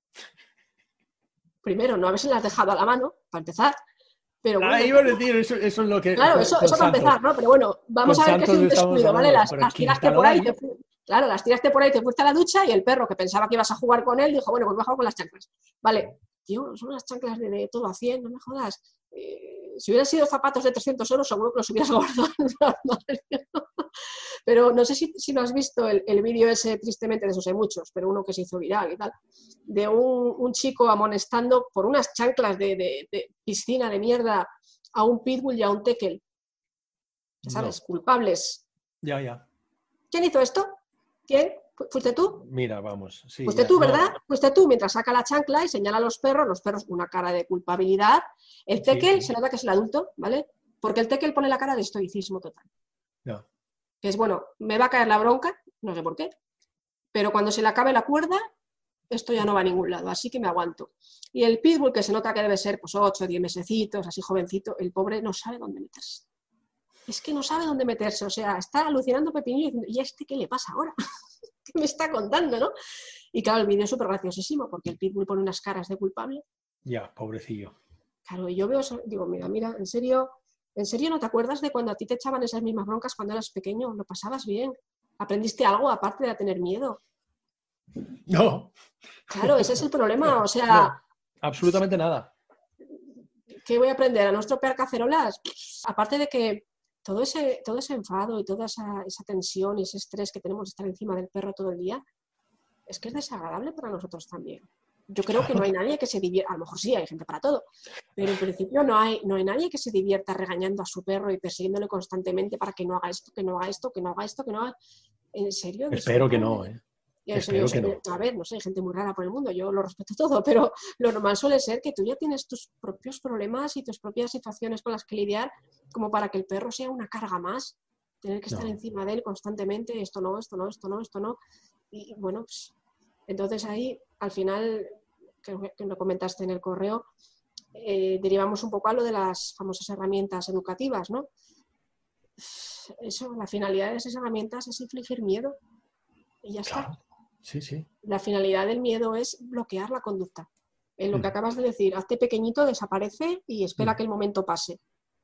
Primero, no haberse las dejado a la mano, para empezar. Pero bueno, Ah, iba a decir, eso, eso es lo que... claro, con, eso, con eso para Santos. empezar, ¿no? Pero bueno, vamos Con a ver que es Santos un estamos descuido, ¿vale? hablando, Las, pero las tiraste quítalo por ahí, ahí. te, fu- claro, las tiraste por ahí, te fuiste a la ducha y el perro que pensaba que ibas a jugar con él dijo, bueno, pues voy a jugar con las chanclas. Vale, tío, son unas chanclas de, de todo a cien, no me jodas. Eh, si hubieran sido zapatos de trescientos euros, seguro que los hubieras guardado en un armario. Pero no sé si, si lo has visto, el, el vídeo ese, tristemente, de esos hay muchos, pero uno que se hizo viral y tal, de un, un chico amonestando por unas chanclas de, de, de piscina de mierda a un pitbull y a un tekel. Ya sabes, No. culpables. Ya, ya. ¿Quién hizo esto? ¿Quién? ¿Fu- ¿Fuiste tú? Mira, vamos. Sí, Fuiste ya. tú, No. ¿verdad? Fuiste tú mientras saca la chancla y señala a los perros, los perros una cara de culpabilidad. El Sí, tekel sí. se nota que es el adulto, ¿vale? Porque el tekel pone la cara de estoicismo total. No. Que es, bueno, me va a caer la bronca, no sé por qué, pero cuando se le acabe la cuerda, esto ya no va a ningún lado, así que me aguanto. Y el pitbull, que se nota que debe ser pues ocho, diez mesecitos, así jovencito, el pobre no sabe dónde meterse. Es que no sabe dónde meterse, o sea, está alucinando Pepinillo diciendo, ¿y a este qué le pasa ahora? ¿Qué me está contando, no? Y claro, el vídeo es súper graciosísimo, porque el pitbull pone unas caras de culpable. Ya, pobrecillo. Claro, y yo veo, eso, digo, mira, mira, en serio, ¿En serio no te acuerdas de cuando a ti te echaban esas mismas broncas cuando eras pequeño? ¿Lo pasabas bien? ¿Aprendiste algo aparte de tener miedo? No. Claro, ese es el problema. O sea, no, absolutamente nada. ¿Qué voy a aprender? ¿A no estropear cacerolas? Aparte de que todo ese, todo ese enfado y toda esa, esa tensión y ese estrés que tenemos de estar encima del perro todo el día, es que es desagradable para nosotros también. Yo creo que no hay nadie que se divierta, a lo mejor sí, hay gente para todo, pero en principio no hay, no hay nadie que se divierta regañando a su perro y persiguiéndole constantemente para que no haga esto, que no haga esto, que no haga esto, que no haga... ¿En serio? Espero que no, ¿eh? Espero que no. A ver, no sé, hay gente muy rara por el mundo, yo lo respeto todo, pero lo normal suele ser que tú ya tienes tus propios problemas y tus propias situaciones con las que lidiar, como para que el perro sea una carga más, tener que estar no. encima de él constantemente, esto no, esto no, esto no, esto no. Y bueno, pues entonces ahí, al final, que, que lo comentaste en el correo, eh, derivamos un poco a lo de las famosas herramientas educativas, ¿no? Eso, la finalidad de esas herramientas es infligir miedo y ya claro. está. Sí, sí. La finalidad del miedo es bloquear la conducta. En lo que acabas de decir, hazte pequeñito, desaparece y espera que el momento pase.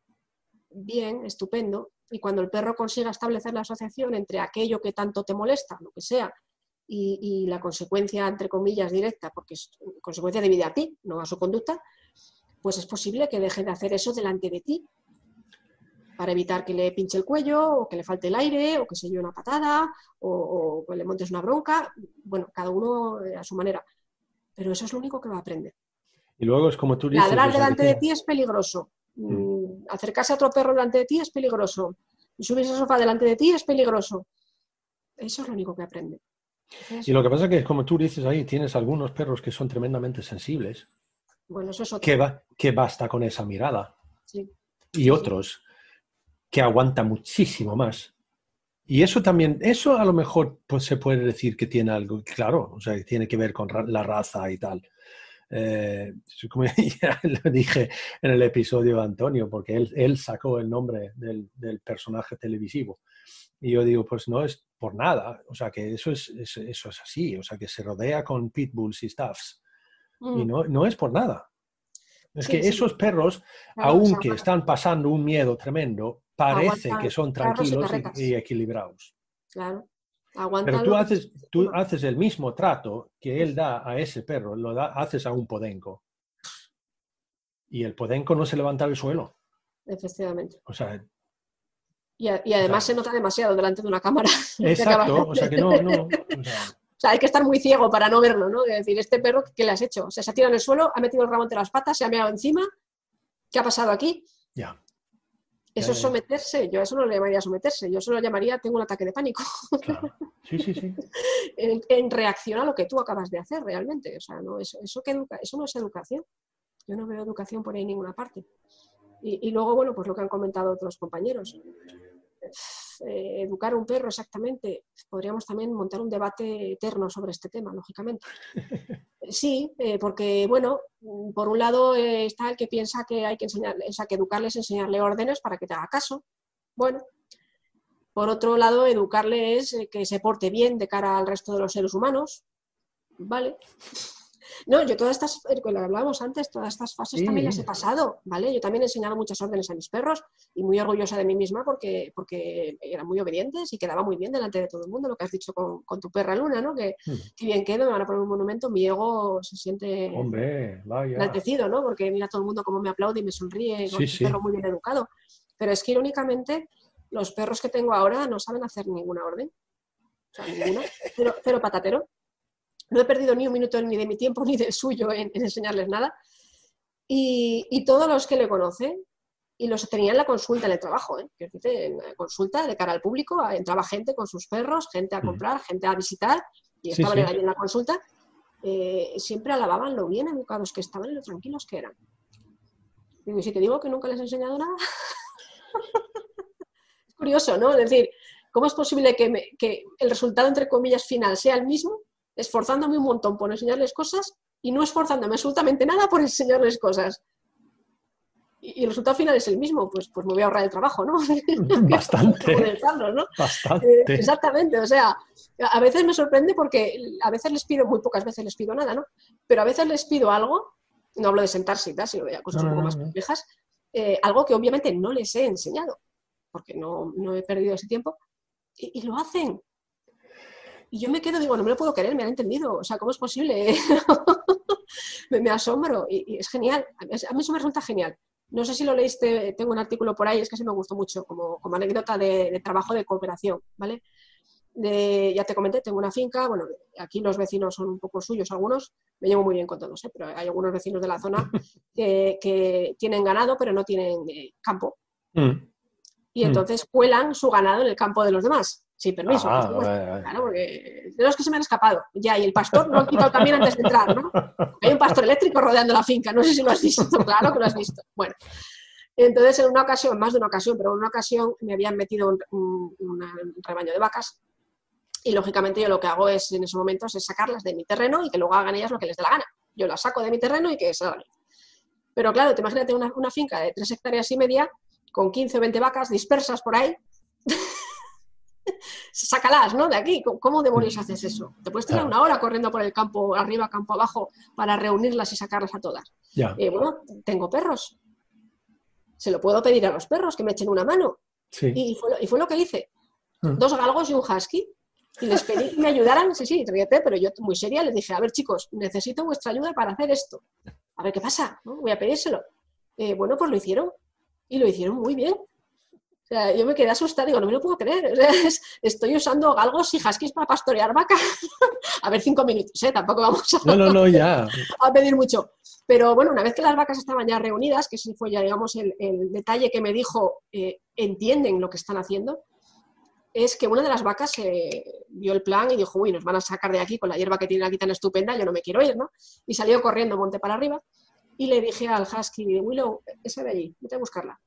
Bien, estupendo. Y cuando el perro consiga establecer la asociación entre aquello que tanto te molesta, lo que sea, y, y la consecuencia, entre comillas, directa, porque es consecuencia debida a ti, no a su conducta, pues es posible que deje de hacer eso delante de ti, para evitar que le pinche el cuello, o que le falte el aire, o que se lleve una patada, o, o que le montes una bronca. Bueno, cada uno a su manera. Pero eso es lo único que va a aprender. Y luego es como tú dices... Ladrar delante de ti es peligroso. Mm. Acercarse a otro perro delante de ti es peligroso. Subirse al sofá delante de ti es peligroso. Eso es lo único que aprende. Entonces, y lo que pasa es que, como tú dices ahí, tienes algunos perros que son tremendamente sensibles. Bueno, eso es otro. Que, va, que basta con esa mirada. Sí. Y sí, otros... Sí. que aguanta muchísimo más. Y eso también, eso a lo mejor pues, se puede decir que tiene algo, claro, o sea, que tiene que ver con ra la raza y tal. Eh, como ya lo dije en el episodio de Antonio, porque él, él sacó el nombre del, del personaje televisivo. Y yo digo, pues no es por nada, o sea, que eso es, es, eso es así, o sea, que se rodea con pitbulls y stuffs. Mm. Y no, no es por nada. Es sí, que sí. Esos perros, claro, aunque o sea, están pasando un miedo tremendo, parece aguanta, que son tranquilos y, y equilibrados. Claro. Pero tú haces, tú haces el mismo trato que él da a ese perro, lo da, haces a un podenco. Y el podenco no se levanta del suelo. Efectivamente. O sea... Y, a, y además o sea, se nota demasiado delante de una cámara. Exacto, o sea que no... no o sea, O sea, hay que estar muy ciego para no verlo, ¿no? Es decir, este perro, ¿qué le has hecho? O sea, se ha tirado en el suelo, ha metido el rabo entre las patas, se ha meado encima. ¿Qué ha pasado aquí? Ya. Eso es someterse. Yo a eso no le llamaría someterse. Yo eso lo llamaría tengo un ataque de pánico. Claro. Sí, sí, sí. en, en reacción a lo que tú acabas de hacer realmente. O sea, no, eso, eso, que educa, eso no es educación. Yo no veo educación por ahí en ninguna parte. Y, y luego, bueno, pues lo que han comentado otros compañeros. Eh, educar a un perro exactamente, podríamos también montar un debate eterno sobre este tema, lógicamente. Sí, eh, porque, bueno, por un lado eh, está el que piensa que hay que enseñarle, o sea, que educarles, enseñarle órdenes para que te haga caso. Bueno, por otro lado, educarle es que se porte bien de cara al resto de los seres humanos. Vale. No, yo todas estas, lo que hablábamos antes, todas estas fases sí. también las he pasado, ¿vale? Yo también he enseñado muchas órdenes a mis perros y muy orgullosa de mí misma porque, porque eran muy obedientes y quedaba muy bien delante de todo el mundo, lo que has dicho con, con tu perra Luna, ¿no? Que, mm. que bien quedo, me van a poner un monumento, mi ego se siente Hombre, vaya. enaltecido, ¿no? Porque mira todo el mundo cómo me aplaude y me sonríe, con sí, un sí. perro muy bien educado. Pero es que irónicamente los perros que tengo ahora no saben hacer ninguna orden, o sea, ninguna, pero, pero patatero. No he perdido ni un minuto ni de mi tiempo ni del suyo en, en enseñarles nada. Y, y todos los que le conocen, y los tenía en la consulta, en el trabajo, ¿eh? En la consulta de cara al público, entraba gente con sus perros, gente a comprar, gente a visitar, y estaban sí, sí. ahí en la consulta, eh, siempre alababan lo bien educados que estaban y lo tranquilos que eran. Digo, y si te digo que nunca les he enseñado nada... Es curioso, ¿no? Es decir, ¿cómo es posible que, me, que el resultado, entre comillas, final sea el mismo? Esforzándome un montón por enseñarles cosas y no esforzándome absolutamente nada por enseñarles cosas. Y, y el resultado final es el mismo, pues, pues me voy a ahorrar el trabajo, ¿no? Bastante. ¿no? Bastante. Eh, exactamente, o sea, a veces me sorprende porque a veces les pido, muy pocas veces les pido nada, ¿no? Pero a veces les pido algo, no hablo de sentarse y tal, sino de cosas no, un poco más complejas, eh, algo que obviamente no les he enseñado, porque no, no he perdido ese tiempo, y, y lo hacen. Y yo me quedo, digo, no me lo puedo creer, me han entendido, o sea, ¿cómo es posible? me, me asombro, y, y es genial, a mí, a mí eso me resulta genial. No sé si lo leíste, tengo un artículo por ahí, es que sí me gustó mucho, como, como anécdota de, de trabajo de cooperación, ¿vale? De, ya te comenté, tengo una finca, bueno, aquí los vecinos son un poco suyos algunos, me llevo muy bien con todos, ¿eh? Pero hay algunos vecinos de la zona que, que tienen ganado pero no tienen eh, campo. Mm. Y entonces mm. cuelan su ganado en el campo de los demás, sin permiso. Ah, pues, vale, vale. Claro, porque de los que se me han escapado, ya, y el pastor no han quitado también antes de entrar, ¿no? Hay un pastor eléctrico rodeando la finca, no sé si lo has visto, claro que lo has visto. Bueno, entonces en una ocasión, más de una ocasión, pero en una ocasión me habían metido un, un, un rebaño de vacas. Y lógicamente yo lo que hago es, en esos momentos, es sacarlas de mi terreno y que luego hagan ellas lo que les dé la gana. Yo las saco de mi terreno y que se hagan. Pero claro, te imagínate una, una finca de tres hectáreas y media con quince o veinte vacas dispersas por ahí. Sácalas, ¿no? De aquí. ¿Cómo demonios haces eso? Te puedes tirar una hora corriendo por el campo, arriba, campo abajo, para reunirlas y sacarlas a todas. Yeah. Eh, bueno, tengo perros. Se lo puedo pedir a los perros que me echen una mano. Sí. Y, fue lo, y fue lo que hice. Mm. Dos galgos y un husky. Y les pedí que me ayudaran, sí, sí, ríete, pero yo muy seria les dije, a ver chicos, necesito vuestra ayuda para hacer esto. A ver qué pasa, ¿no? Voy a pedírselo. Eh, bueno, pues lo hicieron. Y lo hicieron muy bien. O sea, yo me quedé asustada, digo, no me lo puedo creer. O sea, es, estoy usando galgos y huskies para pastorear vacas. A ver, cinco minutos, ¿eh? Tampoco vamos a, no, no, no, ya. a pedir mucho. Pero bueno, una vez que las vacas estaban ya reunidas, que ese fue ya, digamos, el, el detalle que me dijo, eh, entienden lo que están haciendo, es que una de las vacas eh, vio el plan y dijo, uy, nos van a sacar de aquí con la hierba que tienen aquí tan estupenda, yo no me quiero ir, ¿no? Y salió corriendo monte para arriba y le dije al husky, Willow, esa de allí, vete a buscarla.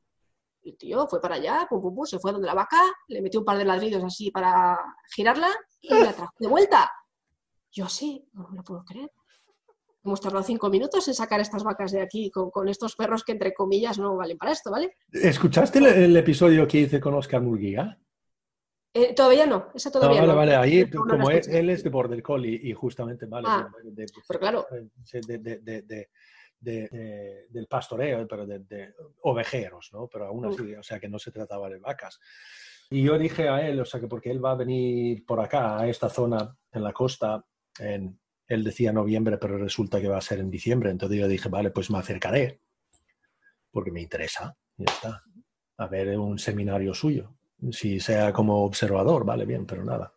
Y el tío fue para allá, pum, pum, pum, se fue donde la vaca, le metió un par de ladrillos así para girarla y la trajo de vuelta. Yo así, no me lo puedo creer. Hemos tardado cinco minutos en sacar estas vacas de aquí con, con estos perros que, entre comillas, no valen para esto, ¿vale? ¿Escuchaste el, el episodio que hice con Oscar Murguía? Eh, todavía no, esa todavía no. Vale, vale, vale, ahí, como él, él es de Border Collie y justamente, vale, ah, de, de, de, pero claro. de, de, de, de, de, de, del pastoreo, pero de, de ovejeros, ¿no? Pero aún así, uh. o sea, que no se trataba de vacas. Y yo dije a él, o sea, que porque él va a venir por acá, a esta zona, en la costa, en, él decía noviembre, pero resulta que va a ser en diciembre, entonces yo dije, vale, pues me acercaré, porque me interesa, ya está, a ver un seminario suyo. Si sea como observador, vale, bien, pero nada.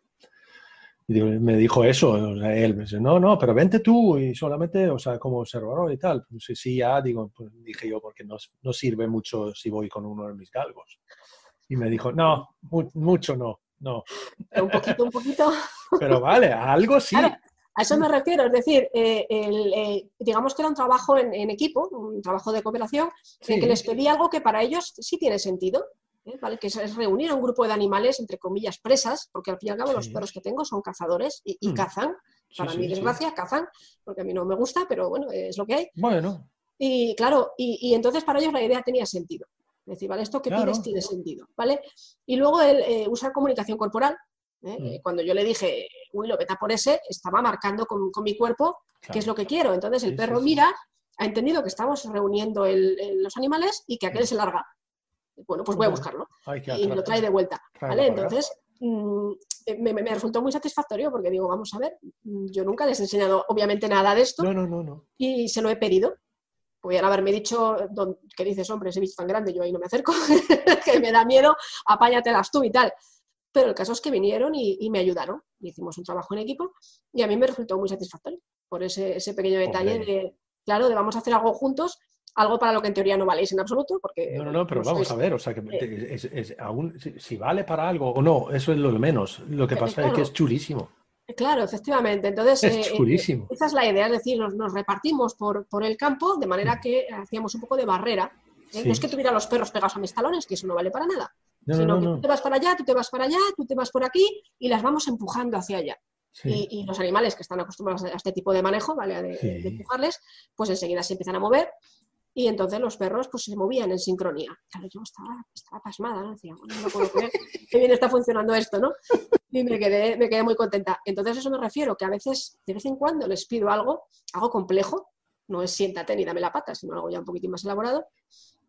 Y digo, me dijo eso, o sea, él me dice, no, no, pero vente tú y solamente, o sea, como observador y tal. Pues sí, sí, ya, digo, pues dije yo, porque no, no sirve mucho si voy con uno de mis galgos. Y me dijo, no, mu mucho no, no. Un poquito, un poquito. Pero vale, algo sí. Claro, a eso me refiero, es decir, eh, el, eh, digamos que era un trabajo en, en equipo, un trabajo de cooperación, sí. En que les pedí algo que para ellos sí tiene sentido. ¿Vale? Que es reunir a un grupo de animales, entre comillas, presas, porque al fin y al cabo sí. Los perros que tengo son cazadores y, y mm. cazan. Para sí, mi sí, desgracia, sí. cazan, porque a mí no me gusta, pero bueno, es lo que hay. Bueno. Y claro, y, y entonces para ellos la idea tenía sentido. Es decir, ¿vale? Esto que claro. pides tiene sentido, ¿vale? Y luego el eh, usar comunicación corporal. ¿eh? Mm. Cuando yo le dije, uy, lo vete por ese, estaba marcando con, con mi cuerpo claro. qué es lo que quiero. Entonces el sí, perro mira, ha entendido que estamos reuniendo el, el, los animales y que aquel mm. se larga. Bueno, pues voy a buscarlo y me lo trae de vuelta, ¿vale? Entonces, mmm, me, me resultó muy satisfactorio porque digo, vamos a ver, yo nunca les he enseñado obviamente nada de esto no, no, no, no. Y se lo he pedido. Podrían haberme dicho, ¿qué dices, hombre, ese bicho tan grande? Yo ahí no me acerco, que me da miedo, apáñatelas tú y tal. Pero el caso es que vinieron y, y me ayudaron. Y hicimos un trabajo en equipo y a mí me resultó muy satisfactorio por ese, ese pequeño detalle okay. de, claro, de vamos a hacer algo juntos. Algo para lo que en teoría no valéis en absoluto, porque... No, no, no, pero vamos sois... a ver, o sea, que eh, es, es, aún, si, si vale para algo o no, eso es lo de menos. Lo que pasa claro. es que es chulísimo. Claro, efectivamente. Entonces, es eh, chulísimo. Eh, esa es la idea, es decir, nos, nos repartimos por, por el campo de manera que hacíamos un poco de barrera. ¿eh? Sí. No es que tuviera los perros pegados a mis talones, que eso no vale para nada, no, sino no, no, que tú te vas para allá, tú te vas para allá, tú te vas por aquí y las vamos empujando hacia allá. Sí. Y, y los animales que están acostumbrados a este tipo de manejo, ¿vale? De, sí. de empujarles, pues enseguida se empiezan a mover. Y entonces los perros pues se movían en sincronía. Claro, yo estaba, estaba pasmada, ¿no? Decía, bueno, no lo puedo creer, qué bien está funcionando esto, ¿no? Y me quedé, me quedé muy contenta. Entonces a eso me refiero, que a veces, de vez en cuando, les pido algo, algo complejo, no es siéntate ni dame la pata, sino algo ya un poquitín más elaborado,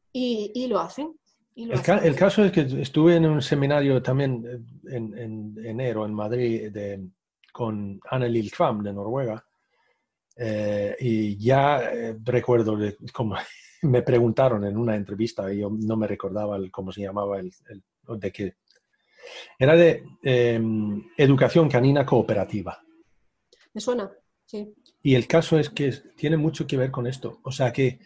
y, y lo hacen. Y lo El, hacen. ca el caso es que estuve en un seminario también en, en enero en Madrid de, con Annelill Kvam de Noruega. Eh, y ya eh, recuerdo de, como me preguntaron en una entrevista, y yo no me recordaba el, cómo se llamaba, el, el, de que era de eh, educación canina cooperativa. ¿Me suena? Sí. Y el caso es que tiene mucho que ver con esto. O sea que,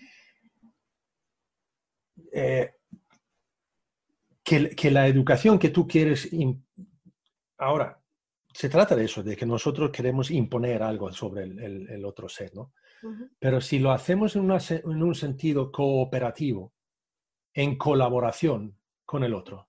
eh, que, que la educación que tú quieres... Ahora, se trata de eso, de que nosotros queremos imponer algo sobre el, el, el otro ser, ¿no? Uh-huh. Pero si lo hacemos en, una, en un sentido cooperativo, en colaboración con el otro,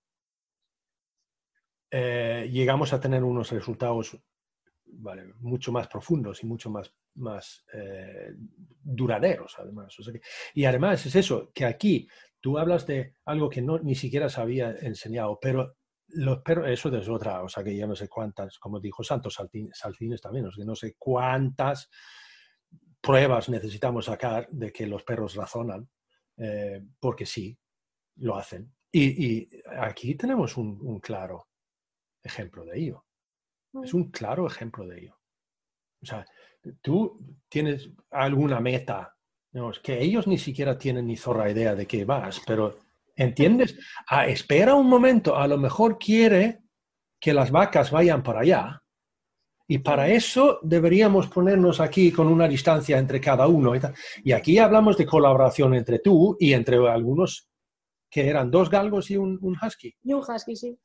eh, llegamos a tener unos resultados, vale, mucho más profundos y mucho más, más eh, duraderos, además. O sea que, y además es eso, que aquí tú hablas de algo que no, ni siquiera se había enseñado, pero... Los perros, eso es otra, o sea que ya no sé cuántas, como dijo Santos Salcines también, o sea que no sé cuántas pruebas necesitamos sacar de que los perros razonan, eh, porque sí, lo hacen. Y, y aquí tenemos un, un claro ejemplo de ello. Es un claro ejemplo de ello. O sea, tú tienes alguna meta, ¿no? Es que ellos ni siquiera tienen ni zorra idea de qué vas, pero... ¿Entiendes? Ah, espera un momento, a lo mejor quiere que las vacas vayan para allá y para eso deberíamos ponernos aquí con una distancia entre cada uno. Y, y aquí hablamos de colaboración entre tú y entre algunos que eran dos galgos y un, un husky. Y un husky, sí.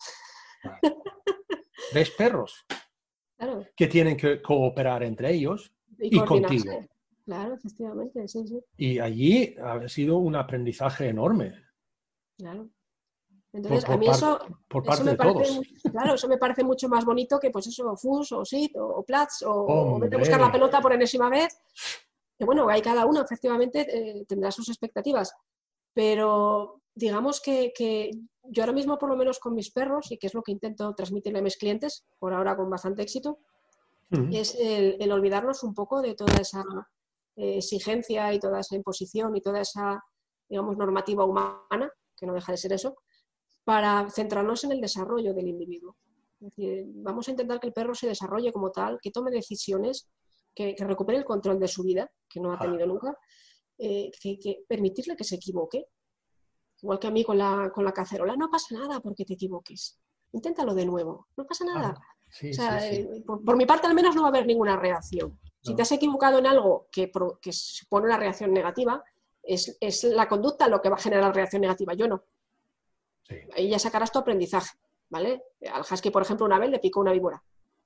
Tres perros claro. que tienen que cooperar entre ellos y, y contigo. Claro, efectivamente, sí, sí. Y allí ha sido un aprendizaje enorme. Claro. Entonces, por, por a mí par, eso, por eso parte me de parece, todos. claro, eso me parece mucho más bonito que, pues eso, Fus o Sit o, o Platz o, o vete a Hombre. buscar la pelota por enésima vez. Que bueno, hay cada uno, efectivamente, eh, tendrá sus expectativas. Pero digamos que, que yo ahora mismo, por lo menos con mis perros, y que es lo que intento transmitirle a mis clientes, por ahora con bastante éxito, mm. es el, el olvidarnos un poco de toda esa eh, exigencia y toda esa imposición y toda esa, digamos, normativa humana, que no deja de ser eso, para centrarnos en el desarrollo del individuo. Es decir, vamos a intentar que el perro se desarrolle como tal, que tome decisiones, que, que recupere el control de su vida, que no ha tenido nunca, eh, que, que permitirle que se equivoque. Igual que a mí con la, con la cacerola, no pasa nada porque te equivoques. Inténtalo de nuevo, no pasa nada. Ah, sí, o sea, sí, sí. Eh, por, por mi parte al menos no va a haber ninguna reacción. Si no. te has equivocado en algo que, pro, que supone una reacción negativa, es, es la conducta lo que va a generar reacción negativa, yo no. Sí. Ahí ya sacarás tu aprendizaje, ¿vale? Al husky, por ejemplo, una vez le picó una víbora.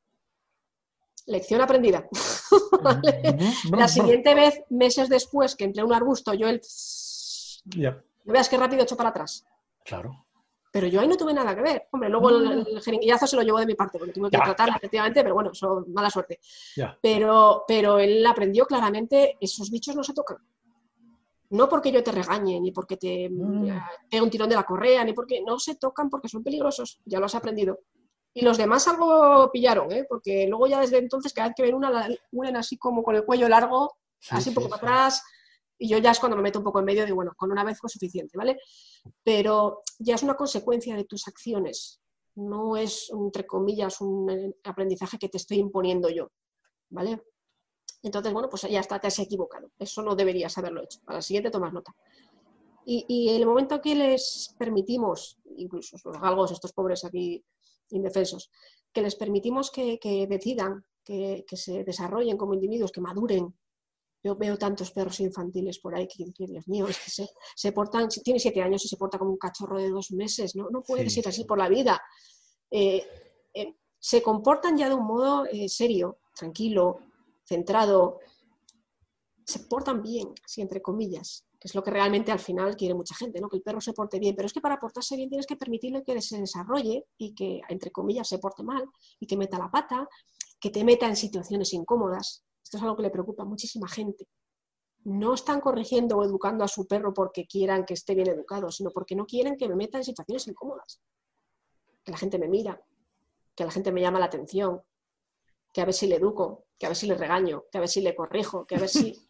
Lección aprendida. ¿Vale? La siguiente vez, meses después, que entré a un arbusto, yo el... Yeah. No veas qué rápido echo para atrás. Claro. Pero yo ahí no tuve nada que ver. Hombre, luego no. el, el jeringuillazo se lo llevó de mi parte, porque tuve que yeah. tratarla, efectivamente, pero bueno, eso, mala suerte. Yeah. Pero, pero él aprendió claramente, esos bichos no se tocan. No porque yo te regañe, ni porque te mm. pegue un tirón de la correa, ni porque no se tocan porque son peligrosos, ya lo has aprendido. Y los demás algo pillaron, ¿eh? Porque luego ya desde entonces cada vez que ven una, la unen así como con el cuello largo, sí, así un poco sí, para sí. atrás, y yo ya es cuando me meto un poco en medio, digo, bueno, con una vez fue suficiente, ¿vale? Pero ya es una consecuencia de tus acciones, no es, entre comillas, un aprendizaje que te estoy imponiendo yo, ¿vale? Entonces, bueno, pues ya está, te has equivocado. Eso no deberías haberlo hecho. Para la siguiente tomas nota. Y, y en el momento que les permitimos, incluso los galgos, estos pobres aquí indefensos, que les permitimos que, que decidan, que, que se desarrollen como individuos, que maduren. Yo veo tantos perros infantiles por ahí que, que Dios mío, es que se, se portan, tiene siete años y se porta como un cachorro de dos meses. No, no puede sí, ser así sí. por la vida. Eh, eh, se comportan ya de un modo eh, serio, tranquilo, centrado, se portan bien, así entre comillas, que es lo que realmente al final quiere mucha gente, ¿no? Que el perro se porte bien, pero es que para portarse bien tienes que permitirle que se desarrolle y que, entre comillas, se porte mal y que meta la pata, que te meta en situaciones incómodas. Esto es algo que le preocupa a muchísima gente. No están corrigiendo o educando a su perro porque quieran que esté bien educado, sino porque no quieren que me meta en situaciones incómodas. Que la gente me mira, que la gente me llama la atención, que a ver si le educo, que a ver si le regaño, que a ver si le corrijo, que a ver si...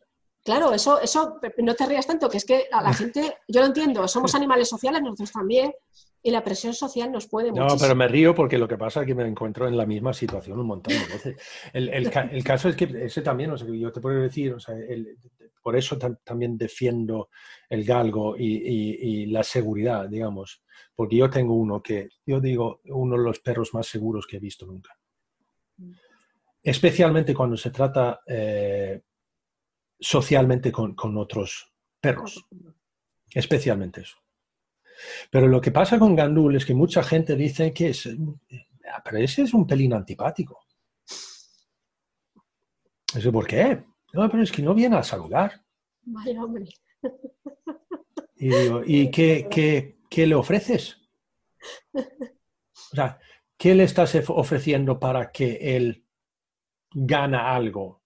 Claro, eso, eso, no te rías tanto, que es que a la gente, yo lo entiendo, somos animales sociales, nosotros también, y la presión social nos puede No, muchísimo. pero me río porque lo que pasa es que me encuentro en la misma situación un montón de veces. El, el, el caso es que ese también, o sea, yo te puedo decir, o sea, el, por eso tam, también defiendo el galgo y, y, y la seguridad, digamos, porque yo tengo uno que, yo digo, uno de los perros más seguros que he visto nunca. Especialmente cuando se trata eh, socialmente con, con otros perros. Especialmente eso. Pero lo que pasa con Gandul es que mucha gente dice que es, pero ese es un pelín antipático. ¿Eso por qué? No, pero es que no viene a saludar. Vaya hombre. Y digo, ¿y qué, qué, qué le ofreces? O sea, ¿qué le estás ofreciendo para que él gana algo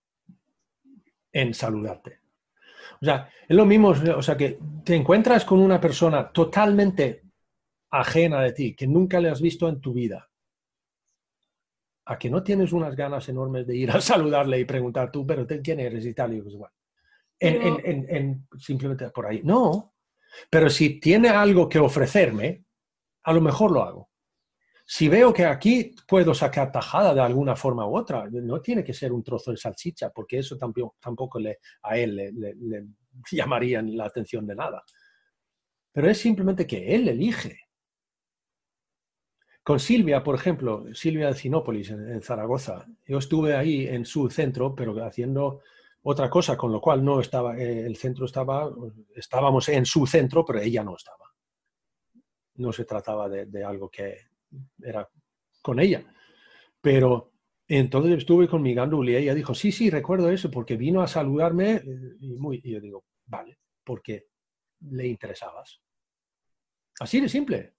en saludarte? O sea, es lo mismo, o sea, que te encuentras con una persona totalmente ajena de ti, que nunca le has visto en tu vida, a que no tienes unas ganas enormes de ir a saludarle y preguntar tú, pero ¿quién eres? Y tal, y pues, bueno. En, Pero... en, en, en, simplemente por ahí. No, pero si tiene algo que ofrecerme, a lo mejor lo hago. Si veo que aquí puedo sacar tajada de alguna forma u otra, no tiene que ser un trozo de salchicha, porque eso tampoco, tampoco le, a él le, le, le llamaría la atención de nada. Pero es simplemente que él elige. Con Silvia, por ejemplo, Silvia de Cinópolis, en, en Zaragoza, yo estuve ahí en su centro, pero haciendo otra cosa, con lo cual no estaba, eh, el centro estaba, estábamos en su centro, pero ella no estaba. No se trataba de, de algo que era con ella. Pero entonces estuve con mi Gandul y ella dijo, sí, sí, recuerdo eso, porque vino a saludarme y, muy, y yo digo, vale, porque le interesabas. Así de simple.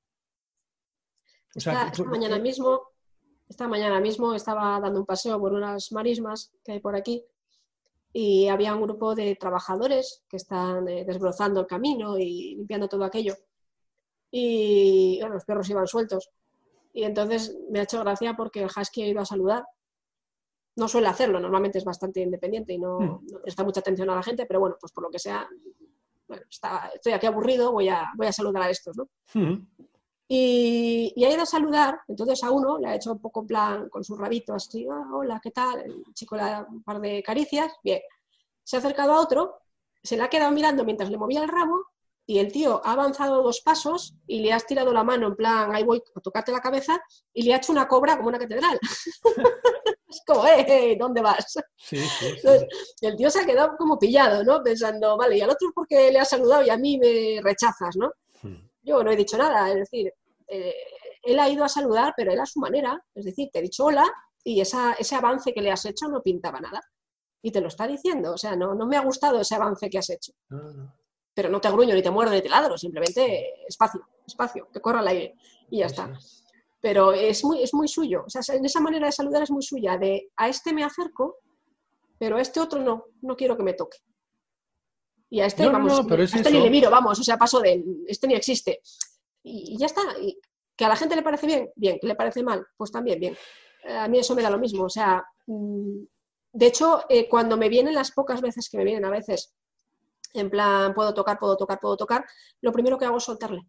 O sea, esta, esta mañana mismo, esta mañana mismo estaba dando un paseo por unas marismas que hay por aquí y había un grupo de trabajadores que están eh, desbrozando el camino y limpiando todo aquello. Y bueno, los perros iban sueltos. Y entonces me ha hecho gracia porque el husky ha ido a saludar. No suele hacerlo, normalmente es bastante independiente y no, mm. no presta mucha atención a la gente, pero bueno, pues por lo que sea, bueno, está, estoy aquí aburrido, voy a, voy a saludar a estos, ¿no? Mm. Y, y ha ido a saludar, entonces a uno le ha hecho un poco en plan con su rabito así, ah, hola, ¿qué tal? El chico le ha dado un par de caricias, bien. Se ha acercado a otro, se le ha quedado mirando mientras le movía el rabo y el tío ha avanzado dos pasos y le has tirado la mano en plan, ahí voy a tocarte la cabeza y le ha hecho una cobra como una catedral. Es como, eh, eh, ¿dónde vas? Sí, sí, sí. Entonces, el tío se ha quedado como pillado, ¿no? Pensando, vale, y al otro porque le has saludado y a mí me rechazas, ¿no? Hmm. Yo no he dicho nada, es decir, eh, él ha ido a saludar, pero él a su manera, es decir, te he dicho hola y esa, ese avance que le has hecho no pintaba nada. Y te lo está diciendo, o sea, no, no me ha gustado ese avance que has hecho. No, no. Pero no te gruño, ni te muerdo, ni te ladro, simplemente espacio, espacio, que corra al aire y ya sí, está. Sí. Pero es muy, es muy suyo, o sea, en esa manera de saludar es muy suya, de a este me acerco, pero a este otro no, no quiero que me toque. Y a este, no, vamos, no, no, pero a este es ni le miro, vamos, o sea, paso de él, este ni existe. Y, y ya está. Y que a la gente le parece bien, bien, que le parece mal, pues también bien. A mí eso me da lo mismo, o sea, de hecho, eh, cuando me vienen las pocas veces que me vienen a veces, en plan, puedo tocar, puedo tocar, puedo tocar, lo primero que hago es soltarle.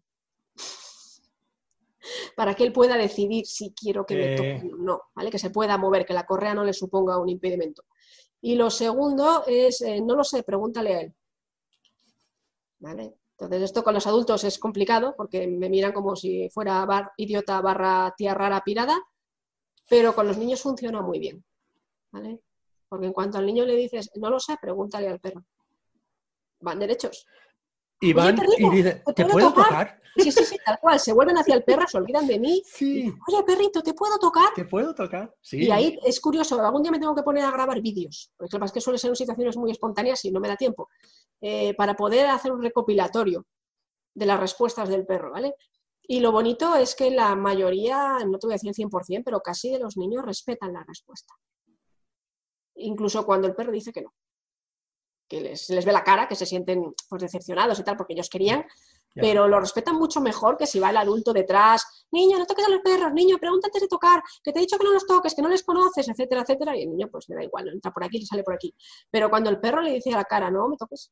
Para que él pueda decidir si quiero que me eh... toque o no, ¿vale? Que se pueda mover, que la correa no le suponga un impedimento. Y lo segundo es, eh, no lo sé, pregúntale a él. ¿Vale? Entonces esto con los adultos es complicado porque me miran como si fuera bar, idiota barra tía rara pirada, pero con los niños funciona muy bien, ¿vale? Porque en cuanto al niño le dices, no lo sé, pregúntale al perro. Van derechos. Y van perrito, y dicen, ¿te, ¿te puedo tocar? tocar? Sí, sí, sí, tal cual. Se vuelven hacia el perro, se olvidan de mí. Sí. Y, oye, perrito, ¿te puedo tocar? ¿Te puedo tocar? Sí. Y ahí es curioso, algún día me tengo que poner a grabar vídeos, porque lo que pasa es que suelen ser situaciones muy espontáneas y no me da tiempo, eh, para poder hacer un recopilatorio de las respuestas del perro, ¿vale? Y lo bonito es que la mayoría, no te voy a decir el cien por cien, pero casi de los niños respetan la respuesta. Incluso cuando el perro dice que no. Que les, les ve la cara, que se sienten pues, decepcionados y tal, porque ellos querían, Pero lo respetan mucho mejor que si va el adulto detrás. Niño, no toques a los perros, niño, pregunta antes de tocar, que te he dicho que no los toques, que no les conoces, etcétera, etcétera. Y el niño, pues le da igual, entra por aquí, le sale por aquí. Pero cuando el perro le dice a la cara, no, me toques,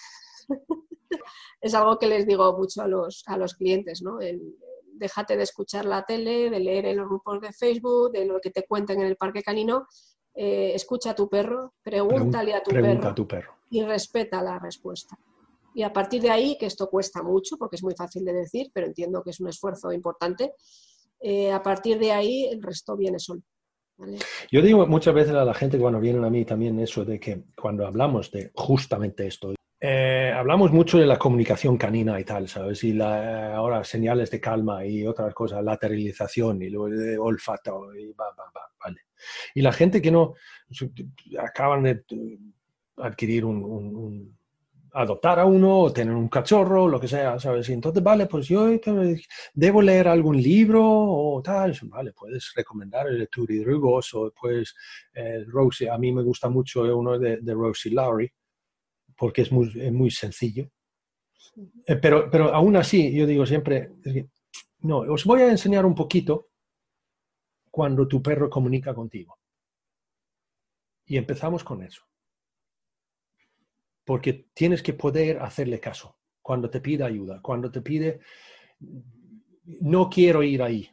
es algo que les digo mucho a los, a los clientes, ¿no? El, déjate de escuchar la tele, de leer en los grupos de Facebook, de lo que te cuentan en el parque canino. Eh, escucha a tu perro, pregúntale a tu, Pregunta perro, a tu perro y respeta la respuesta. Y a partir de ahí, que esto cuesta mucho, porque es muy fácil de decir, pero entiendo que es un esfuerzo importante, eh, a partir de ahí el resto viene solo. ¿Vale? Yo digo muchas veces a la gente cuando vienen a mí también eso de que cuando hablamos de justamente esto, eh, hablamos mucho de la comunicación canina y tal, ¿sabes? Y la, ahora señales de calma y otras cosas, lateralización y luego de olfato y va, va, va, vale. Y la gente que no acaban de adquirir un, un, un adoptar a uno o tener un cachorro, lo que sea, ¿sabes? Y entonces, vale, pues yo debo leer algún libro o tal, vale, puedes recomendar el de Turirugos o pues eh, Rosie, a mí me gusta mucho uno de, de Rosie Lowry, porque es muy, es muy sencillo. Eh, pero, pero aún así, yo digo siempre, no, os voy a enseñar un poquito cuando tu perro comunica contigo. Y empezamos con eso. Porque tienes que poder hacerle caso cuando te pide ayuda, cuando te pide, no quiero ir ahí.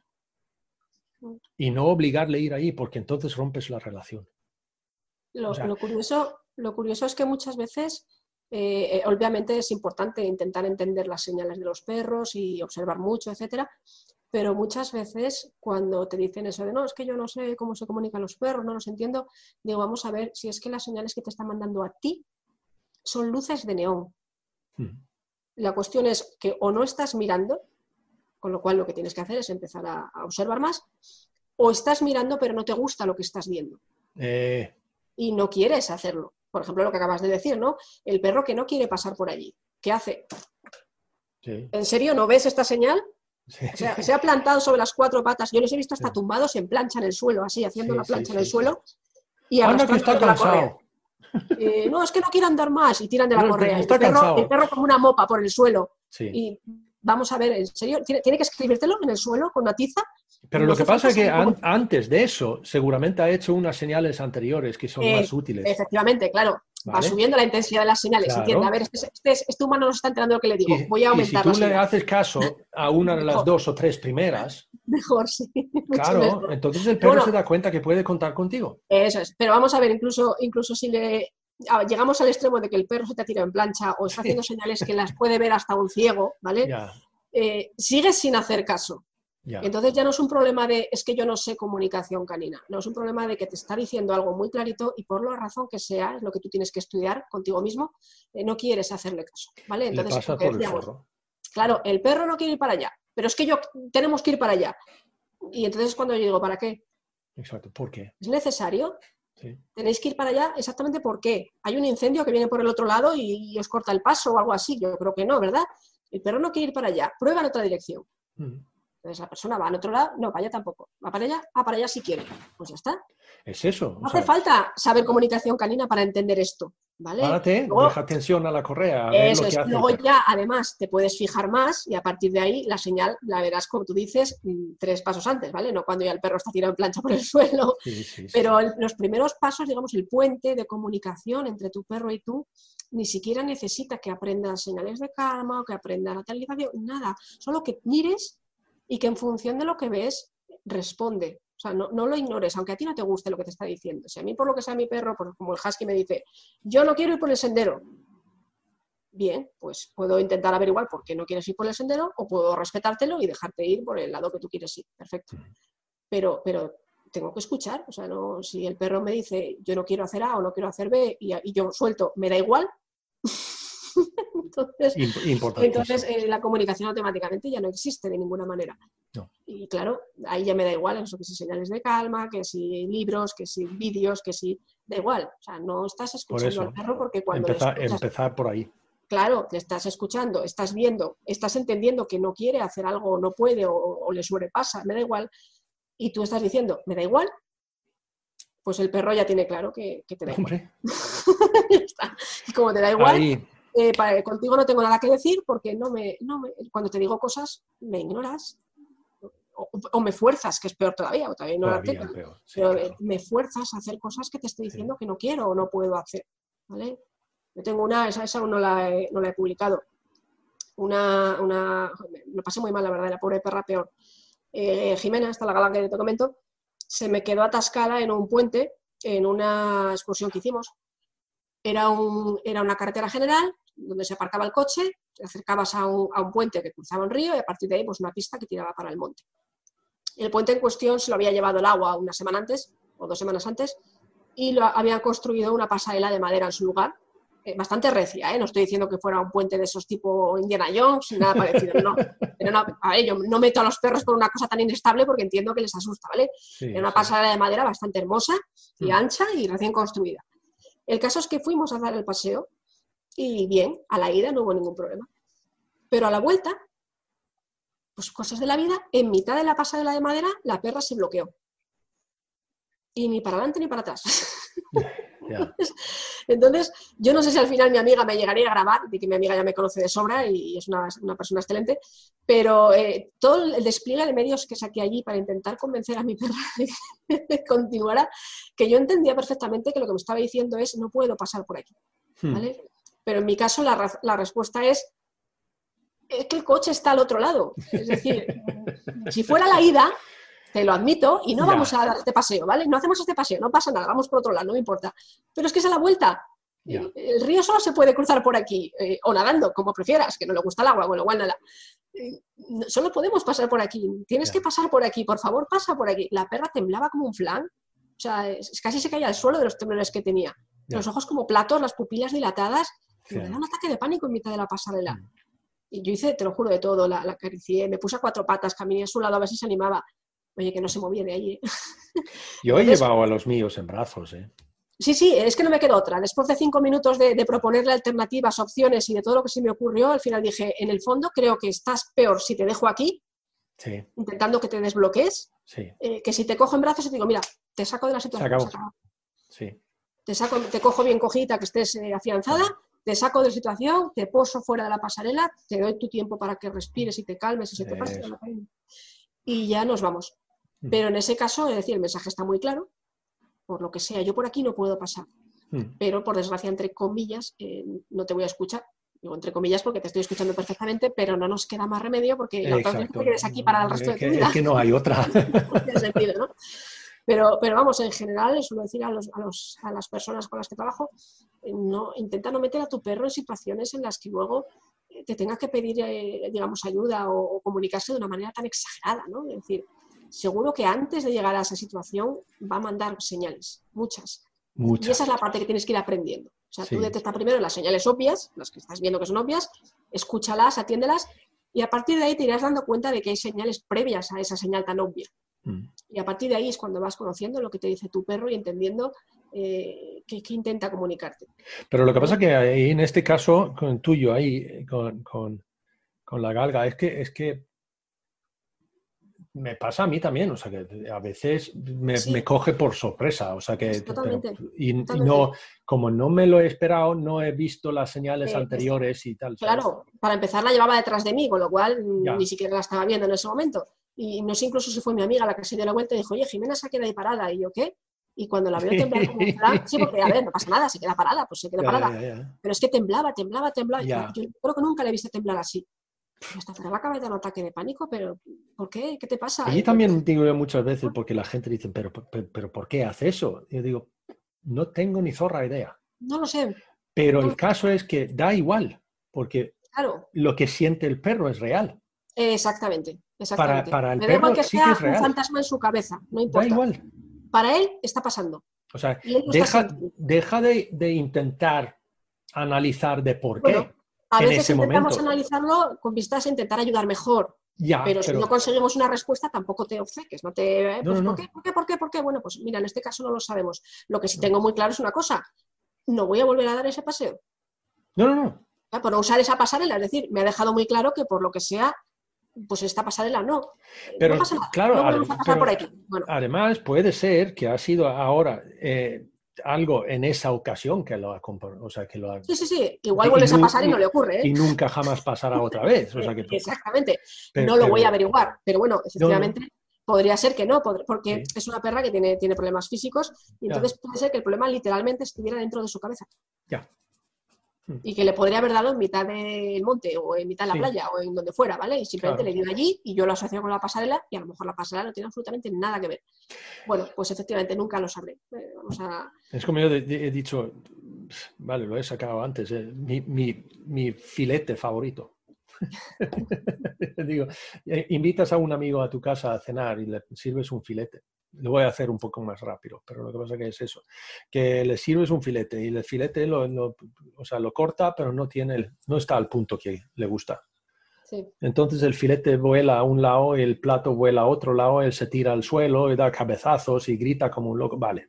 Y no obligarle a ir ahí, porque entonces rompes la relación. Lo, O sea, lo, curioso, lo curioso es que muchas veces, eh, eh, obviamente es importante intentar entender las señales de los perros y observar mucho, etcétera, pero muchas veces cuando te dicen eso de no, es que yo no sé cómo se comunican los perros, no los entiendo, digo, vamos a ver si es que las señales que te están mandando a ti son luces de neón. Hmm. La cuestión es que o no estás mirando, con lo cual lo que tienes que hacer es empezar a, a observar más, o estás mirando pero no te gusta lo que estás viendo. Eh... Y no quieres hacerlo. Por ejemplo, lo que acabas de decir, ¿no? El perro que no quiere pasar por allí. ¿Qué hace? Sí. ¿En serio no ves esta señal? Sí. O sea, se ha plantado sobre las cuatro patas. Yo les he visto hasta tumbados en plancha en el suelo, así, haciendo sí, la plancha sí, en el sí, suelo. Sí. Y Anda que está cansado. Eh, no, es que no quiere andar más y tiran de la no, correa. Está el, perro, cansado. el perro como una mopa por el suelo. Sí. Y vamos a ver, ¿en serio? ¿Tiene, ¿tiene que escribírtelo en el suelo con una tiza? Pero no lo que pasa es que como... an antes de eso seguramente ha hecho unas señales anteriores que son eh, más útiles. Efectivamente, claro. ¿Vale? Va subiendo la intensidad de las señales, claro. ¿entiende? A ver, este, este, este humano no está enterando lo que le digo. Y, Voy a aumentar y si tú la le señal. haces caso a una de las mejor. dos o tres primeras, Mejor, sí. claro, mejor. entonces el perro bueno, se da cuenta que puede contar contigo. Eso es. Pero vamos a ver, incluso, incluso si le llegamos al extremo de que el perro se te ha tirado en plancha o está haciendo señales que las puede ver hasta un ciego, ¿vale? Ya. Eh, sigues sin hacer caso. Ya. Entonces ya no es un problema de, es que yo no sé comunicación canina, no es un problema de que te está diciendo algo muy clarito y por la razón que sea, es lo que tú tienes que estudiar contigo mismo, eh, no quieres hacerle caso, ¿vale? Entonces, Le pasa por decíamos, el forro. Claro, el perro no quiere ir para allá, pero es que yo tenemos que ir para allá. Y entonces cuando yo digo, ¿para qué? Exacto, ¿por qué? ¿Es necesario? Sí. Tenéis que ir para allá exactamente por qué. ¿Hay un incendio que viene por el otro lado y, y os corta el paso o algo así? Yo creo que no, ¿verdad? El perro no quiere ir para allá, prueba en otra dirección. Mm. Entonces la persona va al otro lado, no, para allá tampoco. Va para allá, ah, para allá si quiere. Pues ya está. Es eso. No hace sea, falta saber comunicación canina para entender esto, ¿vale? Párate, luego, deja atención a la correa. A ver eso lo que es. hace Luego ya, además, te puedes fijar más y a partir de ahí la señal la verás, como tú dices, tres pasos antes, ¿vale? No cuando ya el perro está tirado en plancha por el suelo. Sí, sí, pero sí. El, los primeros pasos, digamos, el puente de comunicación entre tu perro y tú, ni siquiera necesita que aprendas señales de calma o que aprendas lateralización, nada. Solo que mires y que en función de lo que ves, responde. O sea, no, no lo ignores, aunque a ti no te guste lo que te está diciendo. Si a mí, por lo que sea mi perro, pues como el husky me dice, yo no quiero ir por el sendero. Bien, pues puedo intentar averiguar por qué no quieres ir por el sendero o puedo respetártelo y dejarte ir por el lado que tú quieres ir. Perfecto. Pero, pero tengo que escuchar. O sea, no, si el perro me dice, yo no quiero hacer A o no quiero hacer B y, y yo suelto, me da igual. entonces, entonces eh, la comunicación automáticamente ya no existe de ninguna manera. No. Y claro, ahí ya me da igual eso, que si señales de calma, que si libros, que si vídeos, que si... Da igual, o sea, no estás escuchando por eso, al perro porque cuando... Empezar, escuchas, empezar por ahí. Claro, te estás escuchando, estás viendo, estás entendiendo que no quiere hacer algo o no puede o, o le sobrepasa, me da igual, y tú estás diciendo, me da igual, pues el perro ya tiene claro que, que te da Hombre. igual. Ya está. Y como te da igual... Ahí. eh, para, contigo no tengo nada que decir porque no me, no me, cuando te digo cosas me ignoras. O, o me fuerzas, que es peor todavía, o todavía ignorarte, Todavía peor, sí, pero claro. me fuerzas a hacer cosas que te estoy diciendo Sí. que no quiero o no puedo hacer, ¿vale? Yo tengo una, esa, esa aún no la he, no la he publicado, una, una, me pasé muy mal, la verdad, la pobre perra peor. Eh, Jimena, esta la gala que te comento, se me quedó atascada en un puente en una excursión que hicimos. Era, un, era una carretera general donde se aparcaba el coche, te acercabas a un, a un puente que cruzaba un río y a partir de ahí pues una pista que tiraba para el monte. El puente en cuestión se lo había llevado el agua una semana antes o dos semanas antes y lo habían construido una pasarela de madera en su lugar, eh, bastante recia, ¿eh? No estoy diciendo que fuera un puente de esos tipo Indiana Jones ni nada parecido, no. Pero no, a ver, yo no meto a los perros por una cosa tan inestable porque entiendo que les asusta, ¿vale? Sí, Era una sí. pasarela de madera bastante hermosa y Mm. ancha y recién construida. El caso es que fuimos a dar el paseo y bien, a la ida no hubo ningún problema. Pero a la vuelta, pues cosas de la vida, en mitad de la pasarela de madera, la perra se bloqueó. Y ni para adelante ni para atrás. Ya. Entonces, yo no sé si al final mi amiga me llegaría a grabar, de que mi amiga ya me conoce de sobra y es una, una persona excelente, pero eh, todo el despliegue de medios que saqué allí para intentar convencer a mi perra de que continuara, que yo entendía perfectamente que lo que me estaba diciendo es no puedo pasar por aquí, ¿vale? Pero en mi caso la, la respuesta es es que el coche está al otro lado. Es decir, si fuera la ida, te lo admito, y no Ya. vamos a dar este paseo, ¿vale? No hacemos este paseo, no pasa nada, vamos por otro lado, no me importa. Pero es que es a la vuelta. Ya. El, el río solo se puede cruzar por aquí, eh, o nadando, como prefieras, que no le gusta el agua, bueno, igual nada. Eh, no- solo podemos pasar por aquí, tienes Ya. que pasar por aquí, por favor, pasa por aquí. La perra temblaba como un flan, o sea, es- casi se caía al suelo de los temblores que tenía. Ya. Los ojos como platos, las pupilas dilatadas, y me Sí. da un ataque de pánico en mitad de la pasarela. Mm. Y yo hice, te lo juro, de todo, la, la acaricié, me puse a cuatro patas, caminé a su lado a ver si se animaba. Oye, que no se movía de ahí, ¿eh? Yo he Entonces, llevado a los míos en brazos, ¿eh? sí, sí, es que no me quedó otra. Después de cinco minutos de, de proponerle alternativas, opciones y de todo lo que se me ocurrió, al final dije, en el fondo creo que estás peor si te dejo aquí, Sí, intentando que te desbloquees, sí, eh, que si te cojo en brazos y te digo, mira, te saco de la situación, acabó. se acabó. sí. Te, saco, te cojo bien cogida, que estés eh, afianzada, te saco de la situación, te poso fuera de la pasarela, te doy tu tiempo para que respires y te calmes y se te pase Eso. la pena. Y ya nos vamos. Mm. Pero en ese caso, es decir, el mensaje está muy claro, por lo que sea, yo por aquí no puedo pasar, Mm. pero por desgracia, entre comillas, eh, no te voy a escuchar. Digo entre comillas porque te estoy escuchando perfectamente, pero no nos queda más remedio porque la otra vez Exacto. te quedes aquí para el resto Es de tu que, vida. es que no hay otra. No tiene sentido, ¿no? Pero, pero vamos, en general, les suelo decir a, los, a, los, a las personas con las que trabajo, eh, no, intenta no meter a tu perro en situaciones en las que luego eh, te tenga que pedir, eh, digamos, ayuda o, o comunicarse de una manera tan exagerada, ¿no? Es decir, seguro que antes de llegar a esa situación va a mandar señales, muchas. Y Muchas. esa es la parte que tienes que ir aprendiendo. O sea, Sí. tú detecta primero las señales obvias, las que estás viendo que son obvias, escúchalas, atiéndelas, y a partir de ahí te irás dando cuenta de que hay señales previas a esa señal tan obvia. Mm. Y a partir de ahí es cuando vas conociendo lo que te dice tu perro y entendiendo eh, qué, qué intenta comunicarte. Pero lo que pasa es que ahí, en este caso, con el tuyo, ahí, con, con, con la galga, es que, es que me pasa a mí también, o sea, que a veces me, Sí. me coge por sorpresa, o sea, que... Sí, totalmente, pero- y, y totalmente. no, como no me lo he esperado, no he visto las señales Eh, anteriores y tal. ¿sabes? Claro, para empezar la llevaba detrás de mí, con lo cual mm, Ya. ni siquiera la estaba viendo en ese momento. Y no sé incluso si fue mi amiga la que se dio la vuelta y dijo, oye, Jimena se ha quedado ahí parada. Y yo, ¿qué? Y cuando la veo temblar como un flan, sí, porque a ver, no pasa nada, se queda parada, pues se queda Ya, parada. ya, ya. Pero es que temblaba, temblaba, temblaba. Ya. Yo creo que nunca le he visto temblar así. Y hasta que me acaba de dar un ataque de pánico, pero ¿por qué? ¿Qué te pasa? Allí Entonces, también digo yo muchas veces, porque la gente dice, pero, pero, pero ¿por qué hace eso? Y yo digo, no tengo ni zorra idea. no lo sé, Pero No. el caso es que da igual, porque claro. lo que siente el perro es real. Eh, exactamente, exactamente. para el Me da igual perro que sí sea que es un real. fantasma en su cabeza, no Da importa. igual. Para él está pasando. O sea, Y él lo está deja, sintiendo. deja de, de intentar analizar de por qué Bueno, a en veces ese intentamos momento. analizarlo con vistas a intentar ayudar mejor. Ya, Pero si pero no conseguimos una respuesta, tampoco te obceques. No te, eh, No, pues, no, ¿por no. qué? ¿Por qué? ¿Por qué? ¿Por qué? Bueno, pues mira, en este caso no lo sabemos. Lo que sí tengo muy claro es una cosa. No voy a volver a dar ese paseo. no, no, no. ¿eh? Por no usar esa pasarela. Es decir, me ha dejado muy claro que por lo que sea, pues esta pasarela no. Eh, Pero no pasa nada. claro, no volvemos adem- a pasar pero por aquí. Bueno, además puede ser que ha sido ahora, eh, algo en esa ocasión que lo ha, o sea, que lo ha... Sí, sí, sí. Igual vuelves a pasar y no le ocurre, ¿eh? Y nunca jamás pasará otra vez. O sea que, exactamente. Pero, no lo pero, voy a averiguar. Pero bueno, efectivamente... No, no. Podría ser que no, porque sí. es una perra que tiene, tiene problemas físicos y entonces ya. puede ser que el problema literalmente estuviera dentro de su cabeza. Ya. Y que le podría haber dado en mitad del monte o en mitad de la sí. playa o en donde fuera, ¿vale? Y simplemente claro. le dio allí y yo lo asocio con la pasarela y a lo mejor la pasarela no tiene absolutamente nada que ver. Bueno, pues efectivamente nunca lo sabré. Eh, vamos a... Es como yo he dicho, vale, lo he sacado antes, eh, mi, mi, mi filete favorito. Digo, invitas a un amigo a tu casa a cenar y le sirves un filete. Lo voy a hacer un poco más rápido, pero lo que pasa que es eso, que le sirves un filete y el filete lo, lo, o sea, lo corta, pero no, tiene el, no está al punto que le gusta. Sí. Entonces el filete vuela a un lado y el plato vuela a otro lado, él se tira al suelo y da cabezazos y grita como un loco. Vale.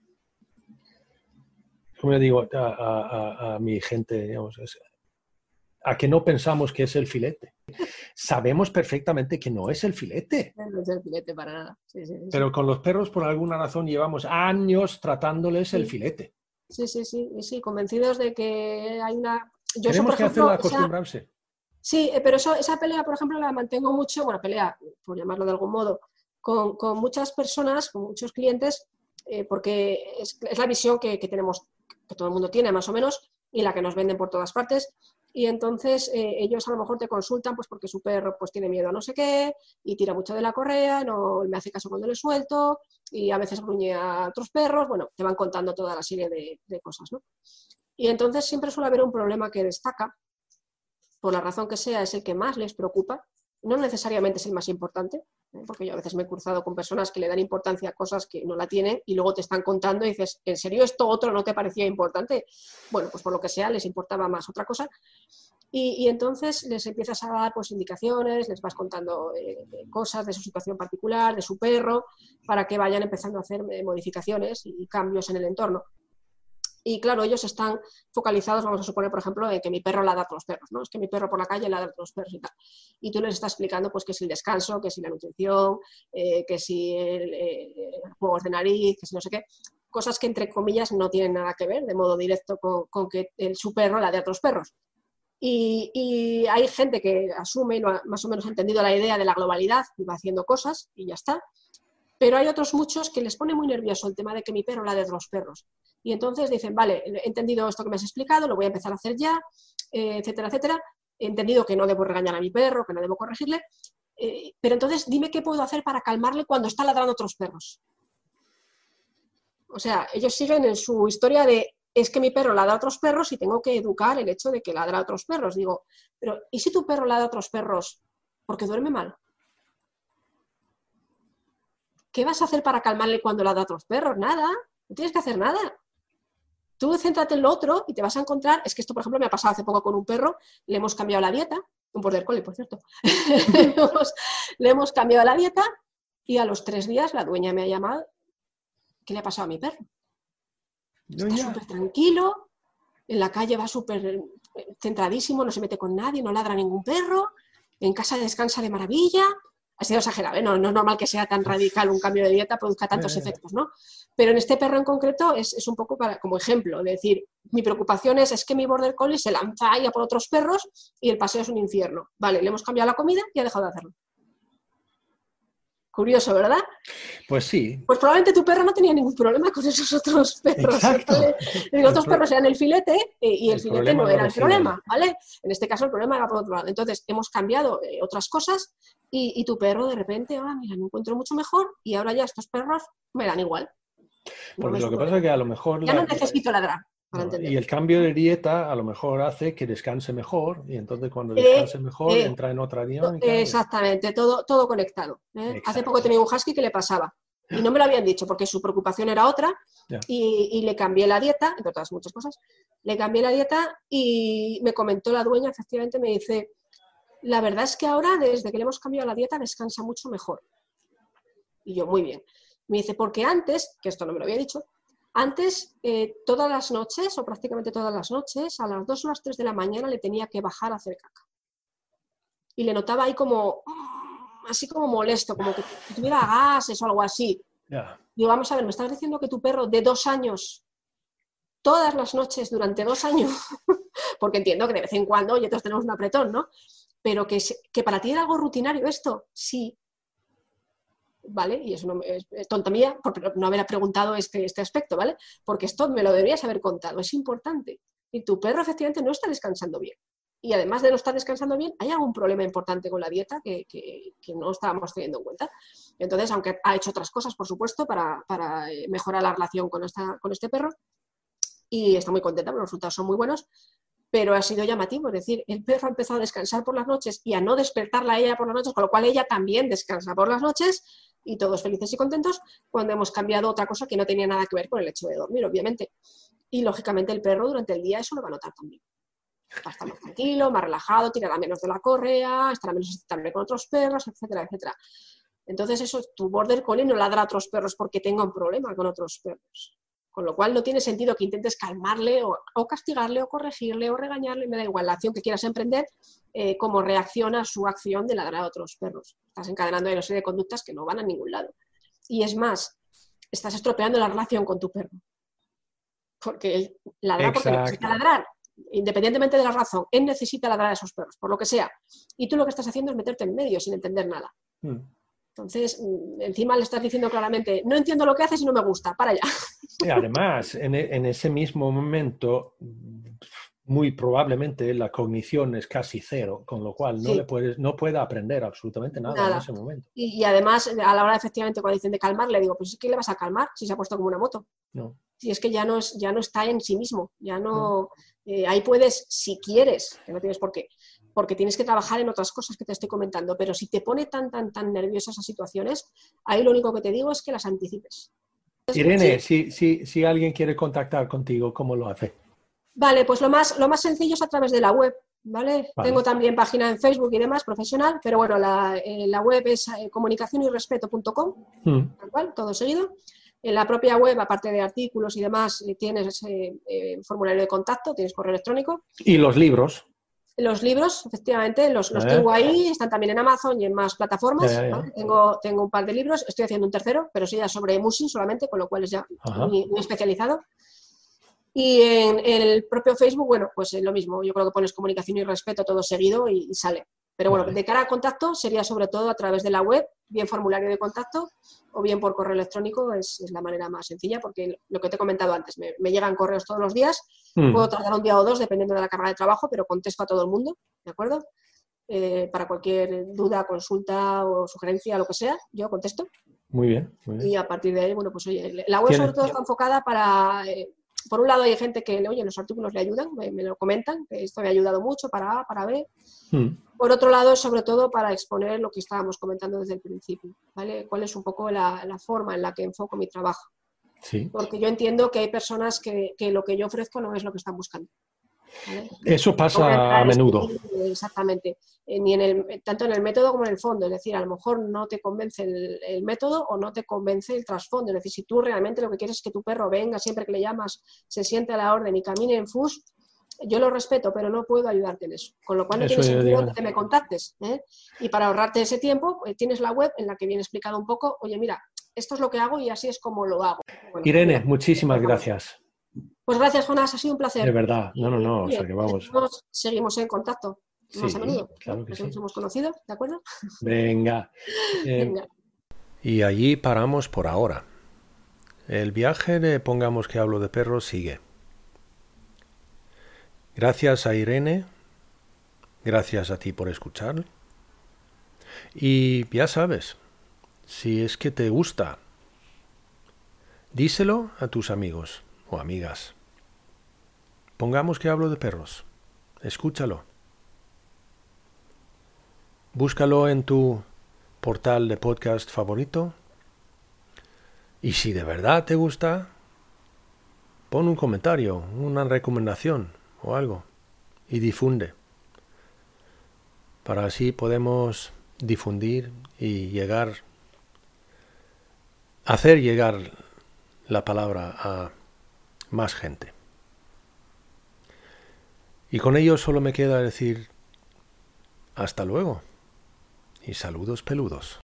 Como yo digo a, a, a, a mi gente, digamos, es, a que no pensamos que es el filete. Sabemos perfectamente que no es el filete. No es el filete para nada. Sí, sí, sí. Pero con los perros, por alguna razón, llevamos años tratándoles sí. el filete. Sí, sí, sí, sí, convencidos de que hay una... Yo Tenemos eso, por que ejemplo, hacerla acostumbrarse. Esa... Sí, pero eso, esa pelea, por ejemplo, la mantengo mucho, bueno, pelea, por llamarlo de algún modo, con, con muchas personas, con muchos clientes, eh, porque es, es la visión que, que tenemos, que todo el mundo tiene más o menos, y la que nos venden por todas partes. Y entonces eh, ellos a lo mejor te consultan pues porque su perro pues tiene miedo a no sé qué y tira mucho de la correa, no me hace caso cuando le suelto y a veces gruñe a otros perros, bueno, te van contando toda la serie de, de cosas, ¿no? Y entonces siempre suele haber un problema que destaca, por la razón que sea, es el que más les preocupa, no necesariamente es el más importante, ¿eh? Porque yo a veces me he cruzado con personas que le dan importancia a cosas que no la tienen y luego te están contando y dices, ¿en serio esto otro no te parecía importante? Bueno, pues por lo que sea les importaba más otra cosa y, y entonces les empiezas a dar pues, indicaciones, les vas contando eh, cosas de su situación particular, de su perro, para que vayan empezando a hacer eh, modificaciones y cambios en el entorno. Y claro, ellos están focalizados, vamos a suponer, por ejemplo, en que mi perro ladra a todos los perros, ¿no? Es que mi perro por la calle ladra a todos los perros y tal. Y tú les estás explicando pues, que si el descanso, que si la nutrición, eh, que si el, eh, juegos de nariz, que si no sé qué. Cosas que, entre comillas, no tienen nada que ver de modo directo con, con que el, su perro ladre a otros perros. Y, y hay gente que asume y no ha más o menos entendido la idea de la globalidad y va haciendo cosas y ya está. Pero hay otros muchos que les pone muy nervioso el tema de que mi perro ladre a los perros. Y entonces dicen, vale, he entendido esto que me has explicado, lo voy a empezar a hacer ya, eh, etcétera, etcétera. He entendido que no debo regañar a mi perro, que no debo corregirle, eh, pero entonces dime qué puedo hacer para calmarle cuando está ladrando a otros perros. O sea, ellos siguen en su historia de, es que mi perro ladra a otros perros y tengo que educar el hecho de que ladra a otros perros. Digo, pero ¿y si tu perro ladra a otros perros porque duerme mal? ¿Qué vas a hacer para calmarle cuando ladra a otros perros? Nada, no tienes que hacer nada. Tú céntrate en lo otro y te vas a encontrar, es que esto por ejemplo me ha pasado hace poco con un perro, le hemos cambiado la dieta, un border collie por cierto, le, hemos, le hemos cambiado la dieta y a los tres días la dueña me ha llamado, ¿qué le ha pasado a mi perro? Está súper tranquilo, en la calle va súper centradísimo, no se mete con nadie, no ladra a ningún perro, en casa descansa de maravilla. Ha sido exagerado, ¿eh? no, no es normal que sea tan radical un cambio de dieta, produzca tantos efectos, ¿no? Pero en este perro en concreto es, es un poco para, como ejemplo, de decir, mi preocupación es, es que mi border collie se lanza ahí a por otros perros y el paseo es un infierno. Vale, le hemos cambiado la comida y ha dejado de hacerlo. Curioso, ¿verdad? Pues sí. Pues probablemente tu perro no tenía ningún problema con esos otros perros. Exacto. Los otros perros eran el filete y el, el filete no era el problema, él. ¿vale? En este caso el problema era por otro lado. Entonces hemos cambiado eh, otras cosas y, y tu perro de repente, ah, mira, me encuentro mucho mejor y ahora ya estos perros me dan igual. Porque no lo que pasa es que a lo mejor... Ya la... no necesito ladrar. No, y el cambio de dieta a lo mejor hace que descanse mejor y entonces cuando descanse eh, mejor eh, entra en otra dinámica. Exactamente, todo, todo conectado. ¿eh? Hace poco tenía un husky que le pasaba y no me lo habían dicho porque su preocupación era otra y, y le cambié la dieta, entre otras muchas cosas, le cambié la dieta y me comentó la dueña, efectivamente me dice, la verdad es que ahora desde que le hemos cambiado la dieta descansa mucho mejor. Y yo, muy bien. Me dice, porque antes, que esto no me lo había dicho, Antes, eh, todas las noches, o prácticamente todas las noches, a las dos o las tres de la mañana le tenía que bajar a hacer caca. Y le notaba ahí como, así como molesto, como que tuviera gases o algo así. Yeah. Digo, vamos a ver, ¿me estás diciendo que tu perro de dos años todas las noches durante dos años, porque entiendo que de vez en cuando, oye, todos tenemos un apretón, ¿no? Pero que, que para ti era algo rutinario esto, sí. ¿Vale? Y eso no es, es tonta mía por no haber preguntado este, este aspecto, ¿vale? Porque esto me lo deberías haber contado, es importante. Y tu perro efectivamente no está descansando bien. Y además de no estar descansando bien, hay algún problema importante con la dieta que, que, que no estábamos teniendo en cuenta. Entonces, aunque ha hecho otras cosas, por supuesto, para, para mejorar la relación con, esta, con este perro, y está muy contenta, los resultados son muy buenos, pero ha sido llamativo, es decir, el perro ha empezado a descansar por las noches y a no despertarla a ella por las noches, con lo cual ella también descansa por las noches y todos felices y contentos cuando hemos cambiado otra cosa que no tenía nada que ver con el hecho de dormir, obviamente. Y, lógicamente, el perro durante el día eso lo va a notar también. Va a estar más tranquilo, más relajado, tirará menos de la correa, estará menos excitable con otros perros, etcétera, etcétera. Entonces, eso, tu border collie no ladra a otros perros porque tenga un problema con otros perros. Con lo cual no tiene sentido que intentes calmarle o, o castigarle o corregirle o regañarle, me da igual la acción que quieras emprender, eh, como reacciona a su acción de ladrar a otros perros. Estás encadenando ahí una serie de conductas que no van a ningún lado. Y es más, estás estropeando la relación con tu perro. Porque él ladra Exacto. porque necesita ladrar, independientemente de la razón. Él necesita ladrar a esos perros, por lo que sea. Y tú lo que estás haciendo es meterte en medio sin entender nada. Mm. Entonces, encima le estás diciendo claramente, no entiendo lo que haces y no me gusta, para allá. Y además, en, en ese mismo momento, muy probablemente la cognición es casi cero, con lo cual no, sí. le puedes, no puede aprender absolutamente nada, nada. en ese momento. Y, y además, a la hora, efectivamente, cuando dicen de calmar, le digo, pues es que le vas a calmar si se ha puesto como una moto. No. Si es que ya no, es, ya no está en sí mismo, ya no... no. Eh, ahí puedes, si quieres, que no tienes por qué, porque tienes que trabajar en otras cosas que te estoy comentando, pero si te pone tan, tan, tan nerviosa esas situaciones, ahí lo único que te digo es que las anticipes. Irene, sí. si, si, si alguien quiere contactar contigo, ¿cómo lo hace? Vale, pues lo más, lo más sencillo es a través de la web, ¿vale? Vale. Tengo también página en Facebook y demás, profesional, pero bueno, la, eh, la web es eh, comunicación y respeto punto com, mm. tal cual, todo seguido. En la propia web, aparte de artículos y demás, tienes eh, eh, formulario de contacto, tienes correo electrónico. ¿Y los libros? Los libros, efectivamente, los, los tengo ahí, están también en Amazon y en más plataformas. Ya, ya, ya. ¿Vale? Tengo, tengo un par de libros, estoy haciendo un tercero, pero sí ya sobre Musin solamente, con lo cual es ya muy, muy especializado. Y en, en el propio Facebook, bueno, pues es lo mismo. Yo creo que pones comunicación y respeto todo seguido y, y sale. Pero bueno, vale. De cara a contacto sería sobre todo a través de la web, bien formulario de contacto o bien por correo electrónico, es, es la manera más sencilla porque lo que te he comentado antes, me, me llegan correos todos los días, mm. puedo tardar un día o dos dependiendo de la carga de trabajo, pero contesto a todo el mundo, ¿de acuerdo? Eh, para cualquier duda, consulta o sugerencia, lo que sea, yo contesto. Muy bien, muy bien. Y a partir de ahí, bueno, pues oye, la web sobre todo está enfocada para... Eh, por un lado hay gente que, oye, los artículos le ayudan, me, me lo comentan, que esto me ha ayudado mucho para A, para B. Hmm. Por otro lado, sobre todo para exponer lo que estábamos comentando desde el principio, ¿vale? Cuál es un poco la, la forma en la que enfoco mi trabajo. Sí. Porque yo entiendo que hay personas que, que lo que yo ofrezco no es lo que están buscando, ¿vale? Eso pasa a menudo. Exactamente. Eh, ni en el, tanto en el método como en el fondo. Es decir, a lo mejor no te convence el, el método o no te convence el trasfondo. Es decir, si tú realmente lo que quieres es que tu perro venga siempre que le llamas, se siente a la orden y camine en fus, yo lo respeto, pero no puedo ayudarte en eso. Con lo cual no eso tiene sentido que te me contactes, ¿eh? Y para ahorrarte ese tiempo, eh, tienes la web en la que viene explicado un poco, oye, mira, esto es lo que hago y así es como lo hago. Bueno, Irene, mira, muchísimas pues gracias. Pues gracias, Jonás, ha sido un placer. De verdad, no, no, no, Oye, o sea que vamos. Seguimos en contacto más sí, a menudo. Claro que sí. Nos hemos conocido, ¿de acuerdo? Venga. Eh, Venga. Y allí paramos por ahora. El viaje de Pongamos que hablo de perros sigue. Gracias a Irene, gracias a ti por escuchar. Y ya sabes, si es que te gusta, díselo a tus amigos o amigas. Pongamos que hablo de perros. Escúchalo. Búscalo en tu portal de podcast favorito. Y si de verdad te gusta, pon un comentario, una recomendación o algo y difunde. Para así podemos difundir y llegar, hacer llegar la palabra a más gente. Y con ello solo me queda decir hasta luego y saludos peludos.